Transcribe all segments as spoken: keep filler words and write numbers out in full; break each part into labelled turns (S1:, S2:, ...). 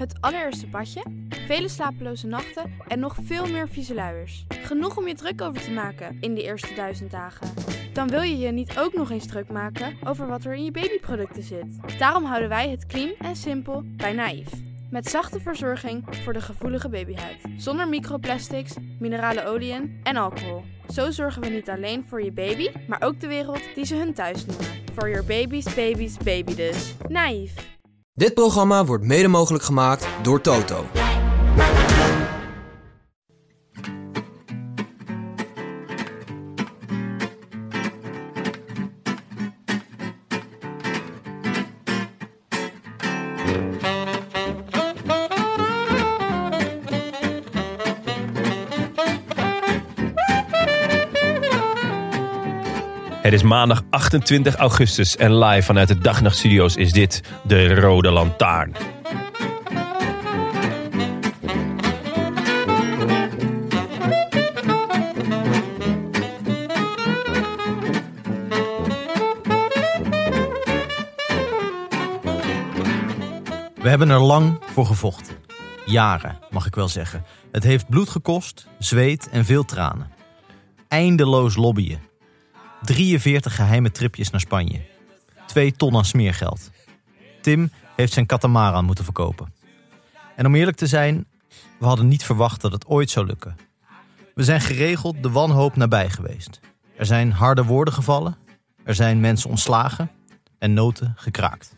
S1: Het allereerste badje, vele slapeloze nachten en nog veel meer vieze luiers. Genoeg om je druk over te maken in die eerste duizend dagen. Dan wil je je niet ook nog eens druk maken over wat er in je babyproducten zit. Daarom houden wij het clean en simpel bij Naïef. Met zachte verzorging voor de gevoelige babyhuid. Zonder microplastics, minerale oliën en alcohol. Zo zorgen we niet alleen voor je baby, maar ook de wereld die ze hun thuis noemen. For your baby's baby's baby dus. Naïef.
S2: Dit programma wordt mede mogelijk gemaakt door Toto.
S3: Het is maandag achtentwintig augustus en live vanuit de Dag en Nacht Studio's is dit de Rode Lantaarn.
S4: We hebben er lang voor gevochten. Jaren, mag ik wel zeggen. Het heeft bloed gekost, zweet en veel tranen. Eindeloos lobbyen. drieënveertig geheime tripjes naar Spanje. Twee ton aan smeergeld. Tim heeft zijn katamaran moeten verkopen. En om eerlijk te zijn, we hadden niet verwacht dat het ooit zou lukken. We zijn geregeld de wanhoop nabij geweest. Er zijn harde woorden gevallen. Er zijn mensen ontslagen. En noten gekraakt.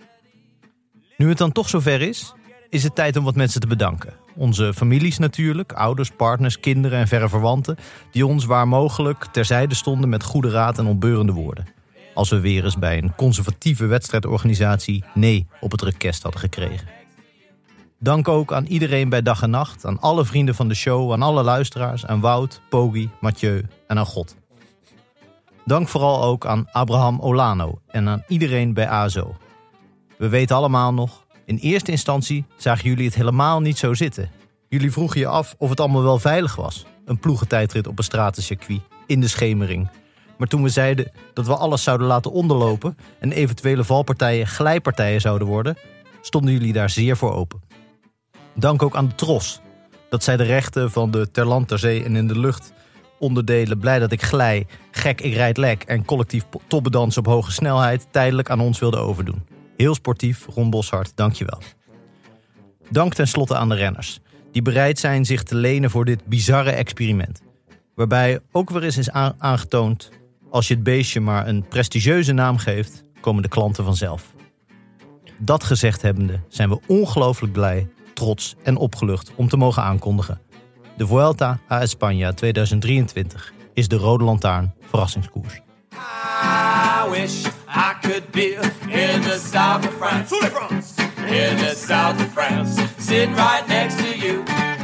S4: Nu het dan toch zover is, is het tijd om wat mensen te bedanken. Onze families natuurlijk, ouders, partners, kinderen en verre verwanten, die ons waar mogelijk terzijde stonden met goede raad en opbeurende woorden. Als we weer eens bij een conservatieve wedstrijdorganisatie nee op het rekest hadden gekregen. Dank ook aan iedereen bij Dag en Nacht, aan alle vrienden van de show, aan alle luisteraars, aan Wout, Pogi, Mathieu en aan God. Dank vooral ook aan Abraham Olano en aan iedereen bij A S O. We weten allemaal nog, in eerste instantie zagen jullie het helemaal niet zo zitten. Jullie vroegen je af of het allemaal wel veilig was. Een ploegentijdrit op een stratencircuit, in de schemering. Maar toen we zeiden dat we alles zouden laten onderlopen en eventuele valpartijen glijpartijen zouden worden, stonden jullie daar zeer voor open. Dank ook aan de Tros. Dat zij de rechten van de ter land, ter zee en in de lucht onderdelen Blij dat ik glij, Gek ik rijd lek en collectief toppendansen op hoge snelheid tijdelijk aan ons wilden overdoen. Heel sportief, Ron Boshart, dankjewel. Dank ten slotte aan de renners, die bereid zijn zich te lenen voor dit bizarre experiment. Waarbij ook weer eens is aangetoond, als je het beestje maar een prestigieuze naam geeft, komen de klanten vanzelf. Dat gezegd hebbende zijn we ongelooflijk blij, trots en opgelucht om te mogen aankondigen. De Vuelta a España tweeduizend drieëntwintig is de Rode Lantaarn verrassingskoers.
S5: I wish I could be in the south of France. In the south of France. Sitting right next to you.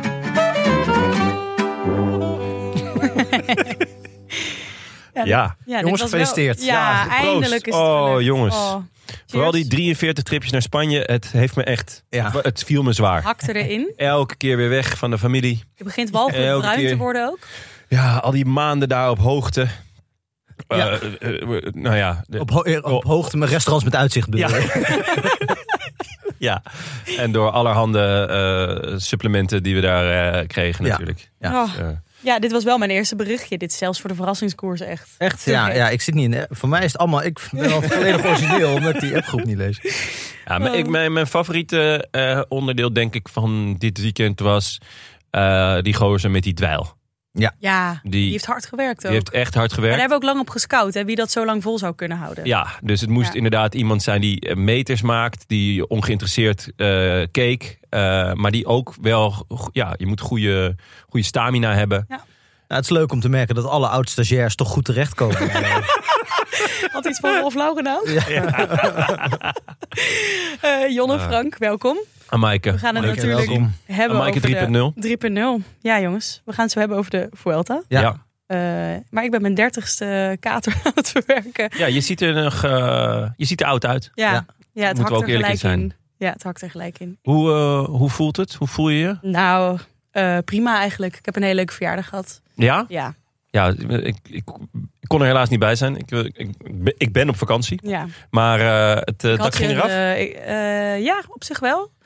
S3: ja, ja.
S4: ja jongens, gefeliciteerd.
S6: Wel, ja, ja eindelijk is het
S3: Oh,
S6: gelukt.
S3: jongens.
S6: Oh,
S3: Vooral die drieënveertig tripjes naar Spanje, het heeft me echt,
S4: ja.
S3: het viel me zwaar.
S6: Hakte erin.
S3: Elke keer weer weg van de familie.
S6: Je begint walgelijk bruin keer... te worden ook.
S3: Ja, al die maanden daar op hoogte.
S4: Ja.
S3: Uh, uh, uh, nou ja. De...
S4: Op, ho- op hoogte met restaurants met uitzicht bedoel
S3: je? Ja. ja, en door allerhande uh, supplementen die we daar uh, kregen natuurlijk.
S6: Ja. Oh. Uh, ja, dit was wel mijn eerste berichtje. Dit is zelfs voor de verrassingskoers echt.
S4: Echt? Ja, ja, ik zit niet in... Voor mij is het allemaal... Ik ben al volledig origineel omdat ik die appgroep niet lees.
S3: Ja, maar ik, mijn, mijn favoriete uh, onderdeel denk ik van dit weekend was uh, die gozer met die dweil.
S6: Ja, ja die, die heeft hard gewerkt ook.
S3: Die heeft echt hard gewerkt.
S6: Maar daar hebben we ook lang op gescout, hè, wie dat zo lang vol zou kunnen houden.
S3: Ja, dus het moest ja. inderdaad iemand zijn die meters maakt, die ongeïnteresseerd uh, keek. Uh, maar die ook wel, ja, je moet goede, goede stamina hebben. Ja.
S4: Nou, het is leuk om te merken dat alle oud-stagiairs toch goed terechtkomen.
S6: Had iets van Rolf Lauw gedaan? Ja. Ja. uh, Jonne, Frank, welkom.
S3: Amaike.
S6: We gaan het Amaike, natuurlijk welkom. hebben
S3: Amaike
S6: over
S3: drie punt nul.
S6: de drie punt nul. Ja, jongens. We gaan het zo hebben over de Vuelta.
S3: Ja.
S6: ja. Uh, maar ik ben mijn dertigste kater aan het verwerken.
S3: Ja, je ziet er nog, uh, je ziet er oud uit.
S6: Ja, ja. ja het
S3: Moeten
S6: hakt
S3: we ook
S6: er gelijk
S3: zijn.
S6: in. Ja, het hakt er gelijk in.
S3: Hoe, uh, hoe voelt het? Hoe voel je je?
S6: Nou, uh, prima eigenlijk. Ik heb een hele leuke verjaardag gehad.
S3: Ja?
S6: Ja.
S3: Ja, ik, ik, ik kon er helaas niet bij zijn. Ik, ik, ik ben op vakantie.
S6: Ja.
S3: Maar uh, het uh, dak ging eraf.
S6: Uh, uh, ja, op zich wel.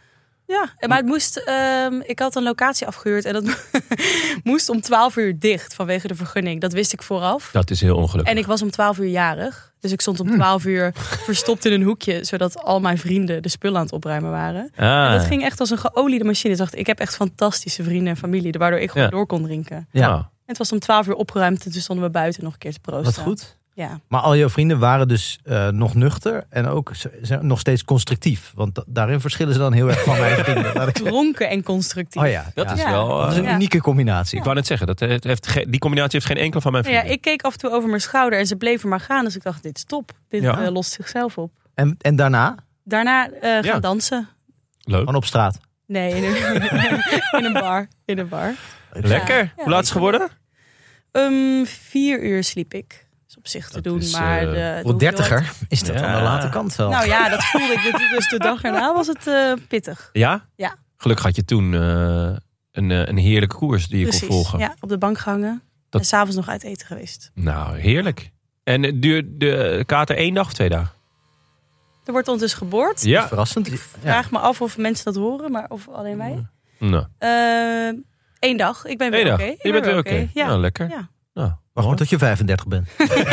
S6: Ja, maar het moest. Um, ik had een locatie afgehuurd en dat moest om twaalf uur dicht vanwege de vergunning. Dat wist ik vooraf.
S3: Dat is heel ongelukkig.
S6: En ik was om twaalf uur jarig. Dus ik stond om twaalf uur verstopt in een hoekje, zodat al mijn vrienden de spullen aan het opruimen waren.
S3: Ah.
S6: En dat ging echt als een geoliede machine. Ik dacht, ik heb echt fantastische vrienden en familie, waardoor ik gewoon
S3: Ja.
S6: door kon drinken.
S4: Ja.
S3: Ah.
S6: En het was om twaalf uur opgeruimd en toen stonden we buiten nog een keer te proosten.
S4: Wat goed.
S6: Ja.
S4: Maar al jouw vrienden waren dus uh, nog nuchter en ook z- zijn nog steeds constructief. Want da- daarin verschillen ze dan heel erg van mijn vrienden. Laat ik...
S6: Dronken en constructief.
S4: Oh ja,
S3: Dat
S4: ja.
S3: is
S6: Ja.
S3: wel...
S4: Dat is een
S6: Ja.
S4: unieke combinatie.
S3: Ik wou net zeggen, dat heeft ge- die combinatie heeft geen enkele van mijn
S6: Ja,
S3: vrienden.
S6: ik keek af en toe over mijn schouder en ze bleven maar gaan. Dus ik dacht, dit is top. Dit
S3: Ja.
S6: uh, lost zichzelf op.
S4: En, en daarna?
S6: Daarna uh, gaan
S3: Ja.
S6: dansen.
S3: Leuk.
S4: Gewoon op straat.
S6: Nee, in een, in een bar. In een bar.
S3: Lekker.
S6: Ja.
S3: Hoe laat is het geworden?
S6: Um, vier uur sliep ik. Dat is op zich te
S3: Dat
S6: doen.
S3: is,
S6: maar
S3: uh,
S6: de, de
S4: Voor dertiger
S6: hoeveelheid-
S4: is dat
S3: Ja.
S4: aan de late kant wel.
S6: Nou ja, dat voelde ik. Dus de dag erna was het uh, pittig.
S3: Ja?
S6: Ja.
S3: Gelukkig had je toen uh, een, uh, een heerlijke koers die je
S6: Precies.
S3: kon volgen.
S6: Ja, op de bank gehangen.
S3: Dat-
S6: En s'avonds nog uit eten geweest.
S3: Nou, heerlijk. En uh, duurde de kater één dag of twee dagen?
S6: Er wordt ondertussen geboord.
S3: Ja.
S4: Verrassend.
S6: Ik
S4: Ja.
S6: vraag me af of mensen dat horen, maar of alleen wij.
S3: Nou,
S6: Uh, Eén dag. Ik ben
S3: één
S6: weer
S3: dag.
S6: oké. Ik
S3: Je
S6: ben
S3: bent weer oké.
S6: Ja.
S3: Nou, lekker.
S6: Ja.
S3: Nou,
S4: Wacht maar
S3: mooi.
S4: tot je vijfendertig bent.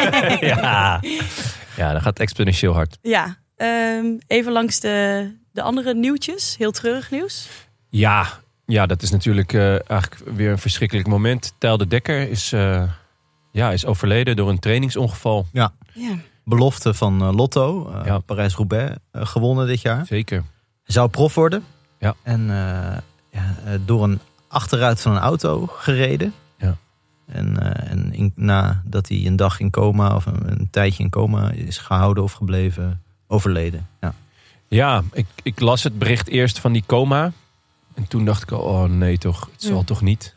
S3: ja. ja, dan gaat het exponentieel hard.
S6: Ja. Um, even langs de, de andere nieuwtjes. Heel treurig nieuws.
S3: Ja, ja dat is natuurlijk uh, eigenlijk weer een verschrikkelijk moment. Tijl de Dekker is, uh, ja, is overleden door een trainingsongeval.
S6: Ja.
S4: Belofte van uh, Lotto. Uh,
S3: Ja.
S4: Parijs-Roubaix uh, gewonnen dit jaar.
S3: Zeker.
S4: Hij zou prof worden.
S3: Ja.
S4: En uh, ja, uh, door een achteruit van een auto gereden.
S3: Ja.
S4: En, uh, en in, nadat hij een dag in coma of een, een tijdje in coma is gehouden of gebleven, overleden. Ja.
S3: Ja, ik, ik las het bericht eerst van die coma. En toen dacht ik al, oh nee toch, het zal
S6: Mm.
S3: toch niet.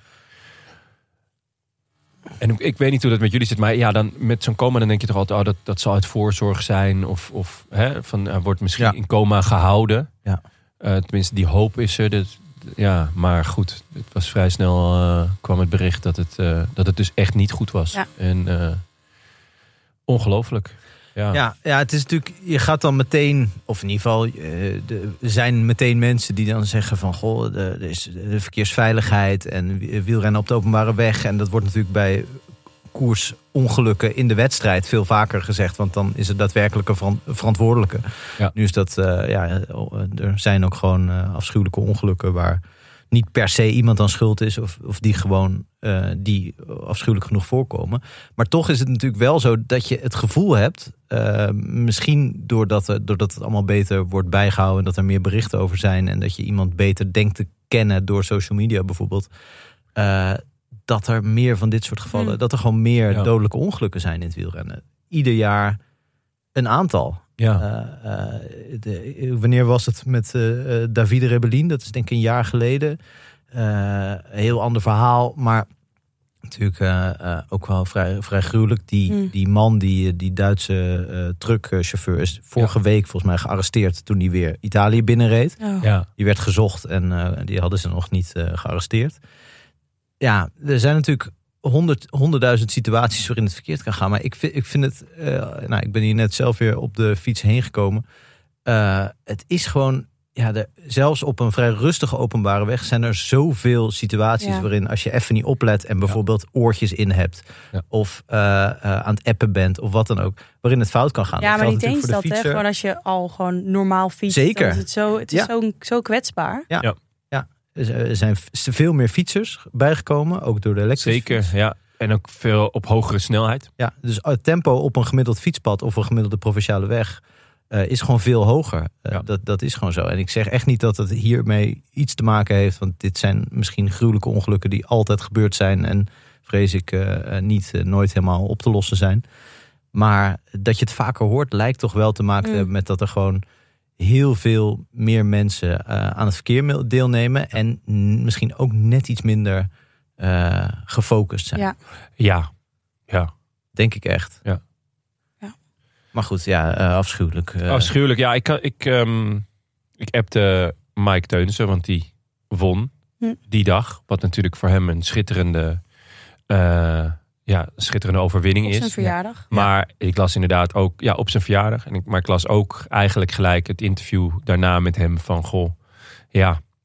S3: En ik, ik weet niet hoe dat met jullie zit, maar ja, dan met zo'n coma dan denk je toch altijd, oh, dat, dat zal uit voorzorg zijn. Of, of hè, van, hij wordt misschien
S4: Ja.
S3: in coma gehouden.
S4: Ja.
S3: Uh, tenminste, die hoop is er. Dat, ja, maar goed, het was vrij snel uh, kwam het bericht dat het, uh, dat het dus echt niet goed was.
S6: Ja.
S3: En uh, ongelooflijk. Ja.
S4: Ja, ja, het is natuurlijk, je gaat dan meteen, of in ieder geval, uh, de, er zijn meteen mensen die dan zeggen van, goh, de, er is de verkeersveiligheid en wielrennen op de openbare weg. En dat wordt natuurlijk bij koersongelukken in de wedstrijd veel vaker gezegd, want dan is het daadwerkelijke veran- verantwoordelijke.
S3: Ja.
S4: Nu is dat, uh, ja, er zijn ook gewoon uh, afschuwelijke ongelukken waar niet per se iemand aan schuld is of, of die gewoon uh, die afschuwelijk genoeg voorkomen. Maar toch is het natuurlijk wel zo dat je het gevoel hebt, uh, misschien doordat, er, doordat het allemaal beter wordt bijgehouden en dat er meer berichten over zijn en dat je iemand beter denkt te kennen door social media bijvoorbeeld, uh, dat er meer van dit soort gevallen,
S6: Hmm.
S4: dat er gewoon meer
S3: Ja.
S4: dodelijke ongelukken zijn in het wielrennen. Ieder jaar een aantal.
S3: Ja.
S4: Uh, uh, de, wanneer was het met uh, Davide Rebellin? Dat is denk ik een jaar geleden. Uh, een heel ander verhaal, maar natuurlijk uh, uh, ook wel vrij, vrij gruwelijk. Die,
S6: Mm.
S4: die man, die, die Duitse uh, truckchauffeur, is vorige
S3: Ja.
S4: week volgens mij gearresteerd toen hij weer Italië binnenreed.
S6: Oh.
S3: Ja.
S4: Die werd gezocht en uh, die hadden ze nog niet uh, gearresteerd. Ja, er zijn natuurlijk honderd, honderdduizend situaties waarin het verkeerd kan gaan. Maar ik vind, ik vind het... Uh, nou, ik ben hier net zelf weer op de fiets heen gekomen. Uh, het is gewoon... Ja, de, zelfs op een vrij rustige openbare weg zijn er zoveel situaties
S6: Ja.
S4: waarin als je even niet oplet en bijvoorbeeld oortjes in hebt
S3: Ja.
S4: of uh, uh, aan het appen bent of wat dan ook, waarin het fout kan gaan.
S6: Ja,
S4: Dat
S6: maar
S4: geldt
S6: niet eens
S4: natuurlijk
S6: dat,
S4: voor de
S6: hè?
S4: fietser.
S6: Gewoon als je al gewoon normaal fietst.
S4: Zeker.
S6: Dan is het zo, het is
S4: Ja.
S6: zo, zo kwetsbaar.
S4: Er zijn veel meer fietsers bijgekomen, ook door de elektrische
S3: Zeker,
S4: fiets.
S3: ja. En ook veel op hogere snelheid.
S4: Ja, dus het tempo op een gemiddeld fietspad of een gemiddelde provinciale weg uh, is gewoon veel hoger. Uh,
S3: Ja.
S4: dat, dat is gewoon zo. En ik zeg echt niet dat het hiermee iets te maken heeft, want dit zijn misschien gruwelijke ongelukken die altijd gebeurd zijn en vrees ik uh, niet uh, nooit helemaal op te lossen zijn. Maar dat je het vaker hoort lijkt toch wel te maken te
S6: Mm.
S4: hebben met dat er gewoon heel veel meer mensen uh, aan het verkeer deelnemen en n- misschien ook net iets minder uh, gefocust zijn.
S6: Ja.
S3: Ja, ja.
S4: Denk ik echt.
S3: Ja.
S6: Ja.
S4: Maar goed, ja, uh, afschuwelijk. Uh,
S3: Afschuwelijk. Ja, ik, kan- ik, um, ik appte Mike Teunissen, want die won
S6: Hm.
S3: die dag. Wat natuurlijk voor hem een schitterende, uh, ja, schitterende overwinning
S6: Op
S3: is.
S6: zijn verjaardag.
S3: Maar ik las inderdaad ook, ja, op zijn verjaardag. En ik, maar ik las ook eigenlijk gelijk het interview daarna met hem van, goh, ja,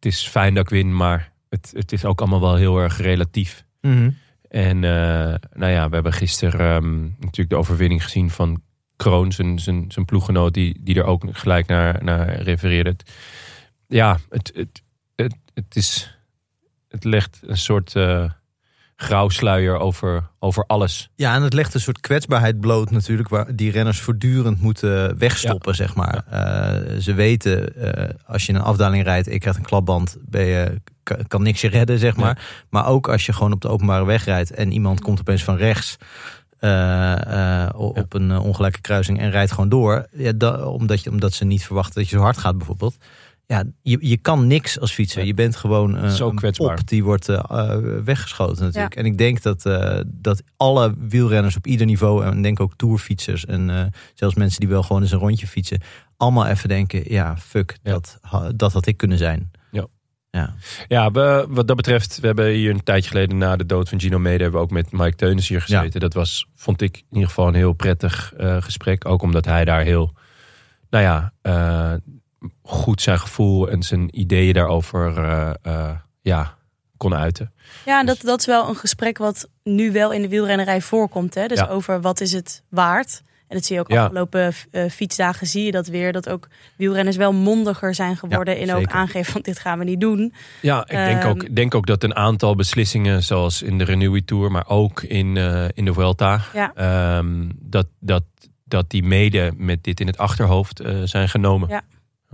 S3: het is fijn dat ik win, maar het, het is ook allemaal wel heel erg relatief.
S4: Mm-hmm.
S3: En uh, nou ja, we hebben gisteren um, natuurlijk de overwinning gezien van Kroon, zijn, zijn, zijn ploeggenoot, die, die er ook gelijk naar, naar refereerde. Ja, het, het, het, het, is, het legt een soort uh, grauwsluier over, over alles.
S4: Ja, en het legt een soort kwetsbaarheid bloot natuurlijk, waar die renners voortdurend moeten wegstoppen, ja. zeg maar. Ja. Uh, ze weten, uh, als je een afdaling rijdt, ik krijg een klapband, ben je, kan niks je redden, zeg maar. Ja. Maar ook als je gewoon op de openbare weg rijdt en iemand komt opeens van rechts uh, uh, op ja. een ongelijke kruising en rijdt gewoon door, ja, da, omdat, je, omdat ze niet verwachten dat je zo hard gaat bijvoorbeeld. Ja, je, je kan niks als fietser. Je bent gewoon uh,
S3: Zo
S4: een
S3: kwetsbaar.
S4: pop die wordt uh, weggeschoten natuurlijk.
S6: Ja.
S4: En ik denk dat, uh, dat alle wielrenners op ieder niveau, en denk ook tourfietsers en uh, zelfs mensen die wel gewoon eens een rondje fietsen, allemaal even denken, ja, fuck,
S3: Ja.
S4: dat, dat had ik kunnen zijn.
S3: Ja.
S4: Ja,
S3: Ja, we, wat dat betreft, we hebben hier een tijdje geleden na de dood van Gino Mede, hebben we ook met Mike Teunis hier gezeten.
S4: Ja.
S3: Dat was, vond ik in ieder geval een heel prettig uh, gesprek. Ook omdat hij daar heel, nou ja, uh, goed zijn gevoel en zijn ideeën daarover uh, uh, ja, kon uiten.
S6: Ja, en dat, dat is wel een gesprek wat nu wel in de wielrennerij voorkomt. Hè? Dus
S3: Ja.
S6: over wat is het waard. En dat zie je ook
S3: Ja.
S6: afgelopen uh, fietsdagen zie je dat weer. Dat ook wielrenners wel mondiger zijn geworden.
S4: Ja,
S6: en ook
S4: zeker.
S6: aangeven van dit gaan we niet doen.
S3: Ja, ik denk,
S6: Um,
S3: ook, denk ook dat een aantal beslissingen, zoals in de Renewy Tour, maar ook in, uh, in de Vuelta,
S6: Ja.
S3: um, dat, dat, dat die mede met dit in het achterhoofd uh, zijn genomen.
S6: Ja.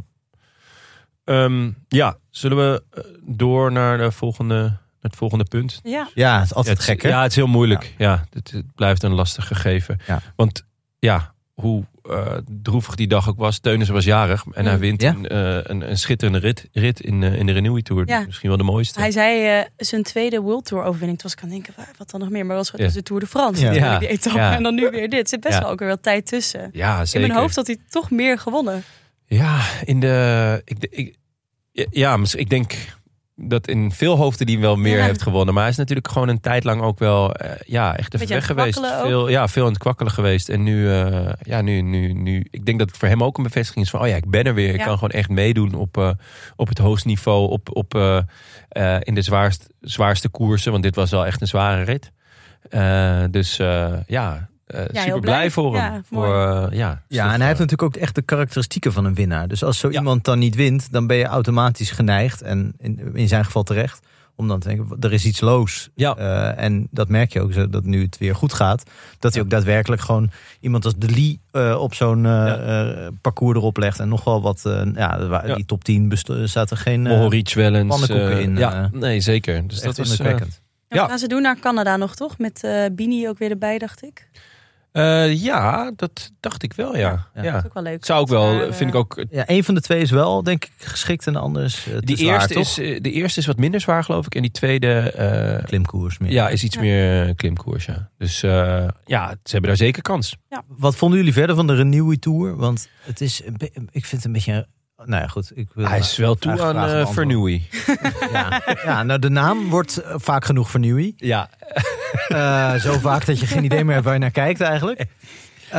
S3: Um, ja, zullen we uh, door naar, de volgende, het volgende punt?
S6: Ja.
S4: ja het is altijd
S3: Ja,
S4: gek,
S3: het,
S4: hè?
S3: ja, het is heel moeilijk. Ja. Ja, het, het blijft een lastig gegeven.
S4: Ja.
S3: Want ja, hoe uh, droevig die dag ook was, Teunissen was jarig en hij wint
S4: Ja.
S3: een, uh, een, een schitterende rit, rit in, uh, in de Renewy Tour.
S6: Ja.
S3: Misschien wel de mooiste.
S6: Hij zei uh, zijn tweede World Tour overwinning. Toen was ik aan het denken, waar- wat dan nog meer? Maar dat was
S3: Ja.
S6: dus de Tour de France.
S4: Ja.
S6: natuurlijk,
S3: Ja.
S6: Die etappe.
S3: Ja.
S6: En dan nu weer dit. Er zit best
S3: Ja.
S6: wel ook weer wat tijd tussen.
S3: Ja, zeker.
S6: In mijn hoofd had hij toch meer gewonnen.
S3: Ja, in de. Ik, ik, ja, misschien- ik denk dat in veel hoofden die wel meer
S6: Ja.
S3: heeft gewonnen. Maar hij is natuurlijk gewoon een tijd lang ook wel. Uh, ja, echt even
S6: Beetje
S3: weg
S6: aan het
S3: geweest.
S6: kwakkelen ook.
S3: Veel, ja, veel aan het kwakkelen geweest. En nu, uh, ja, nu, nu, nu. Ik denk dat het voor hem ook een bevestiging is van. Oh ja, ik ben er weer. Ik
S6: Ja.
S3: kan gewoon echt meedoen op, uh, op het hoogste niveau. Op, op, uh, uh, in de zwaarst, zwaarste koersen. Want dit was wel echt een zware rit. Uh, dus uh, ja. Uh,
S6: heel
S3: super blij
S6: blij.
S3: voor hem.
S6: Ja,
S3: voor, uh, ja,
S4: Ja, en hij heeft natuurlijk ook echt de karakteristieken van een winnaar. Dus als zo
S3: Ja.
S4: iemand dan niet wint, dan ben je automatisch geneigd, en in, in zijn geval terecht, om dan te denken, er is iets loos.
S3: Ja.
S4: Uh, en dat merk je ook, zo dat nu het weer goed gaat. Dat hij ook daadwerkelijk gewoon iemand als De Lee uh, op zo'n uh,
S3: Ja.
S4: uh, parcours erop legt. En nog wel wat, uh, ja, er wa-
S3: Ja.
S4: die top tien best- er zaten geen uh,
S3: Mohoric wel eens.
S4: pannenkoeken
S3: uh,
S4: in,
S3: Ja,
S4: uh,
S3: nee, zeker. Dus
S4: echt
S3: dat is. Uh,
S4: indrukwekkend.
S6: Ja.
S3: Ja.
S6: Gaan ze doen naar Canada nog, toch? Met uh, Bini ook weer erbij, dacht ik.
S3: uh, ja, dat dacht ik wel, ja.
S4: Ja.
S3: ja.
S6: Dat is ook wel leuk.
S3: Zou ook wel,
S6: Maar, uh,
S3: vind ik ook.
S4: Ja, een van de twee is wel, denk ik, geschikt en de ander is uh, te
S3: Die
S4: zwaar,
S3: eerste,
S4: toch?
S3: is, uh, de eerste is wat minder zwaar, geloof ik. En die tweede uh,
S4: Klimkoers meer.
S3: ja, is iets
S6: Ja.
S3: meer uh, klimkoers. Ja. Dus uh, ja, ze hebben daar zeker kans.
S4: Wat vonden jullie verder van de Renewy Tour? Want het is, een be- ik vind het een beetje, nou ja, goed. Ik wil
S3: Hij is wel toe
S4: graag
S3: aan
S4: vragen
S3: uh,
S4: beantwoorden.
S3: Vernieuwing.
S4: Ja. ja, nou de naam wordt uh, vaak genoeg Vernieuwing.
S3: Ja.
S4: Uh, zo vaak dat je geen idee meer hebt waar je naar kijkt eigenlijk. Uh,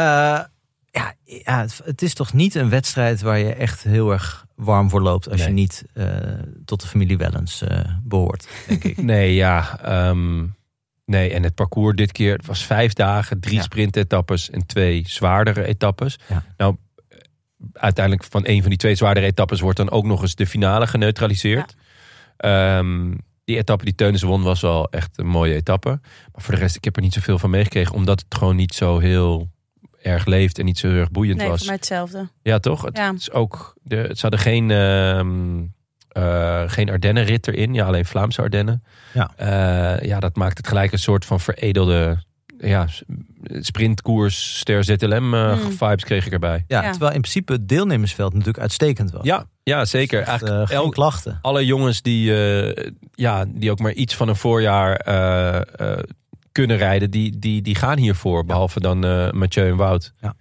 S4: ja, ja, het, het is toch niet een wedstrijd waar je echt heel erg warm voor loopt als
S3: Nee.
S4: je niet uh, tot de familie Wellens uh, behoort, denk ik.
S3: Nee, ja. Um, nee, en het parcours dit keer, het was vijf dagen, drie
S4: Ja.
S3: sprintetappes en twee zwaardere etappes.
S4: Ja.
S3: Nou, uiteindelijk van een van die twee zwaardere etappes wordt dan ook nog eens de finale geneutraliseerd. Ja. Um, die etappe die Teunissen won was wel echt een mooie etappe. Maar voor de rest, ik heb er niet zoveel van meegekregen, omdat het gewoon niet zo heel erg leeft en niet zo heel erg boeiend
S6: Nee,
S3: was.
S6: voor mij hetzelfde.
S3: Ja, toch? Het,
S6: Ja.
S3: het is ook, de, het hadden geen, um, uh, geen Ardennenrit erin, ja, alleen Vlaamse Ardennen.
S4: Ja.
S3: Uh, ja, dat maakt het gelijk een soort van veredelde ja, sprintkoers, Ster Z L M uh,
S6: Hmm.
S3: vibes kreeg ik erbij.
S4: Ja,
S6: Ja.
S4: terwijl in principe het deelnemersveld natuurlijk uitstekend was.
S3: Ja, ja zeker.
S4: Echt,
S3: Eigenlijk
S4: uh, geen
S3: elk,
S4: klachten.
S3: alle jongens die, uh, ja, die ook maar iets van een voorjaar uh, uh, kunnen rijden, die, die, die gaan hiervoor. Behalve dan uh, Mathieu en Wout.
S4: Ja.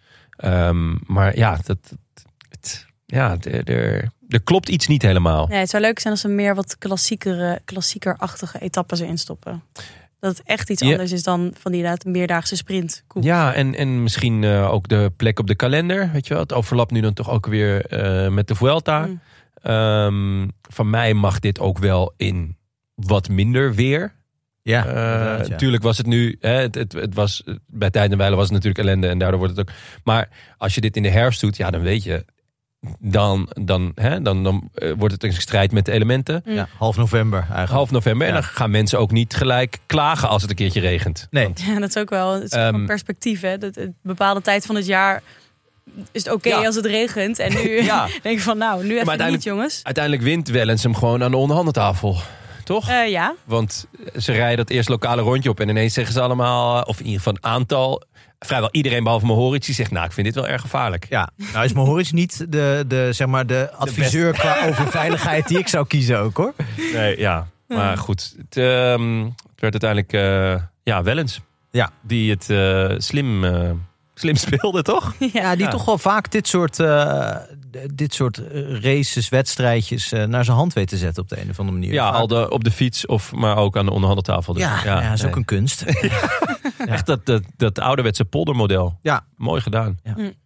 S3: Um, maar ja, dat, het, het, ja er, er, er klopt iets niet helemaal.
S6: Nee, het zou leuk zijn als er meer wat klassiekere, klassiekerachtige etappes erin stoppen. Dat het echt iets
S3: Ja.
S6: anders is dan van die inderdaad meerdaagse sprint. Cool.
S3: Ja, en, en misschien uh, ook de plek op de kalender. Weet je wel, het overlapt nu dan toch ook weer uh, met de Vuelta.
S6: Mm.
S3: Um, van mij mag dit ook wel in wat minder weer.
S4: Ja,
S3: Uh,
S4: ja.
S3: Natuurlijk was het nu, hè, het, het, het was, bij tijd en wijle was het natuurlijk ellende en daardoor wordt het ook. Maar als je dit in de herfst doet, ja, dan weet je, dan, dan, hè, dan, dan uh, wordt het een strijd met de elementen.
S4: Ja, half november eigenlijk.
S3: Half november.
S4: Ja.
S3: En dan gaan mensen ook niet gelijk klagen als het een keertje regent.
S4: Nee.
S6: Ja, dat is ook wel het is ook
S3: Um,
S6: een perspectief. Hè? Dat, een bepaalde tijd van het jaar is het oké
S3: Ja.
S6: als het regent. En nu
S3: Ja.
S6: denk je van nou, nu even
S3: uiteindelijk-
S6: niet jongens.
S3: Uiteindelijk wint Wellens hem gewoon aan de onderhandeltafel. Toch?
S6: Uh, ja,
S3: Want ze rijden dat eerst lokale rondje op en ineens zeggen ze allemaal, of in ieder geval een aantal, vrijwel iedereen behalve Mohoric, die zegt, nou, ik vind dit wel erg gevaarlijk.
S4: Ja, nou is Mohoric niet de, de, zeg maar de adviseur qua over veiligheid die ik zou kiezen ook, hoor.
S3: Nee, ja. Maar goed, het, um, het werd uiteindelijk uh, ja, Wellens.
S4: Ja.
S3: Die het uh, slim, uh, slim speelde, toch?
S4: Ja, die
S3: Ja.
S4: toch wel vaak dit soort, uh, dit soort races, wedstrijdjes uh, naar zijn hand weet te zetten op de een of andere manier.
S3: Ja,
S4: Vaak-
S3: al de, op de fiets, of maar ook aan de onderhandeltafel. Dus,
S4: ja, ja, dat is
S3: nee.
S4: ook een kunst.
S3: Echt dat, dat, dat ouderwetse poldermodel.
S4: Ja.
S3: Mooi gedaan.
S4: Ja.
S6: Mm.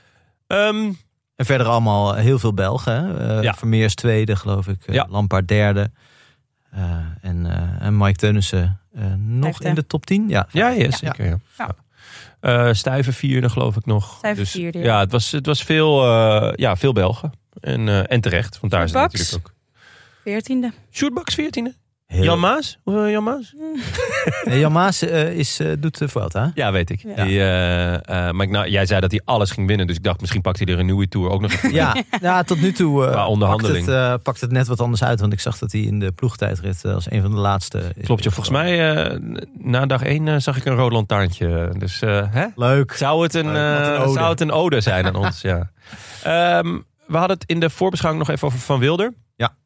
S3: Um,
S4: En verder allemaal heel veel Belgen. Hè? Uh,
S3: Ja.
S4: Vermeers tweede, geloof ik. Uh,
S3: Ja.
S4: Lampaard derde. Uh, en, uh, en Mike Teunissen uh, nog
S6: Vijfde.
S4: in de top tien. Ja,
S3: ja, ja, zeker. Ja.
S6: Ja.
S3: Uh, Stuyven vierde, geloof ik nog.
S6: Stuyven vierde, ja.
S3: ja. het was, het was veel, uh, ja, veel Belgen. En, uh, en terecht, want daar is het
S6: Bucks.
S3: natuurlijk ook.
S6: veertiende.
S3: Sjoerd Baks, veertiende.
S4: heel...
S3: Jan Maas? Hoeveel Jan Maas?
S4: Nee, Jan Maas uh, is, uh, doet uh, Vuelta.
S3: Ja, weet ik.
S6: Ja.
S3: Die, uh, uh, maar ik, nou, jij zei dat hij alles ging winnen. Dus ik dacht, misschien pakt hij er een nieuwe Tour ook nog even.
S4: Ja, ja, tot nu toe uh,
S3: Qua
S4: pakt,
S3: onderhandeling.
S4: het, uh, pakt het net wat anders uit. Want ik zag dat hij in de ploegtijdrit uh, als een van de laatste is.
S3: Klopt je, volgens mij uh, na dag één uh, zag ik een rood lantaarntje. Dus uh, hè?
S4: Leuk.
S3: Zou het een,
S4: Leuk, wat een
S3: uh,
S4: ode.
S3: zou het een ode zijn aan ons? Ja. Um, we hadden het in de voorbeschouwing nog even over Van Wilder.
S4: Ja.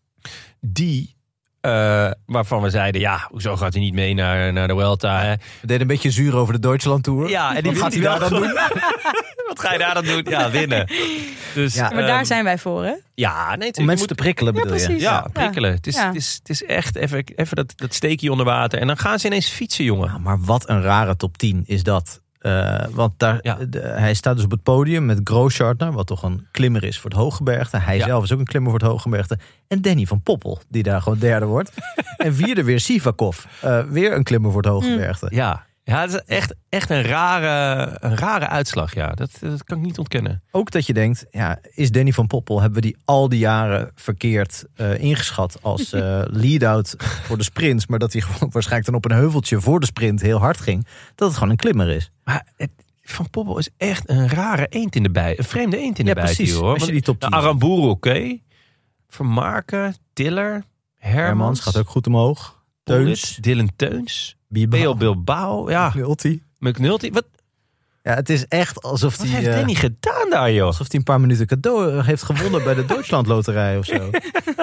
S3: Die, uh, waarvan we zeiden, ja, hoezo gaat hij niet mee naar, naar de Vuelta? Hè?
S4: We deden een beetje zuur over de Duitsland Tour.
S3: Ja, en die
S4: Wat gaat
S3: wint
S4: hij daar dan
S3: wel.
S4: doen?
S3: Wat ga je daar dan doen? Ja, winnen. Dus,
S4: Ja.
S6: Ja, maar daar
S3: um,
S6: zijn wij voor, hè?
S3: Ja, nee,
S4: Om mensen te prikkelen
S3: moet,
S4: bedoel je?
S6: precies.
S3: ja,
S6: Ja.
S3: prikkelen. Het is,
S6: Ja.
S3: het is, het is echt even, even dat, dat steekje onder water. En dan gaan ze ineens fietsen, jongen.
S4: Ja, maar wat een rare top tien is dat. Uh, want daar,
S3: Ja.
S4: de, hij staat dus op het podium met Grooschartner, wat toch een klimmer is voor het Hooggebergte. Hij
S3: Ja.
S4: zelf is ook een klimmer voor het Hooggebergte. En Danny van Poppel, die daar gewoon derde wordt. En vierde weer Sivakov, uh, weer een klimmer voor het Hooggebergte.
S3: Ja, ja, het is echt, echt een, rare, een rare uitslag. Ja. Dat, dat kan ik niet ontkennen.
S4: Ook dat je denkt, ja, is Danny van Poppel, hebben we die al die jaren verkeerd uh, ingeschat als uh, lead-out voor de sprints. Maar dat hij gewoon waarschijnlijk dan op een heuveltje voor de sprint heel hard ging. Dat het gewoon een klimmer is.
S3: Maar het, Van Poppel is echt een rare eend in de bij. Een vreemde eend in de
S4: Ja,
S3: bijt
S4: precies.
S3: hier, hoor.
S4: Als je die top tien
S3: nou, Aramburu, oké. Okay. Vermarken, Tiller, Hermans.
S4: Hermans gaat ook goed omhoog.
S3: Teuns.
S4: Teuns.
S3: Dylan Teuns.
S4: Bilbao.
S3: Beo Bilbao. Ja,
S4: McNulty.
S3: McNulty. Wat,
S4: Ja, het is echt alsof
S3: wat
S4: hij
S3: heeft
S4: uh,
S3: Danny gedaan daar, joh?
S4: alsof hij een paar minuten cadeau heeft gewonnen bij de Duitsland Loterij of zo.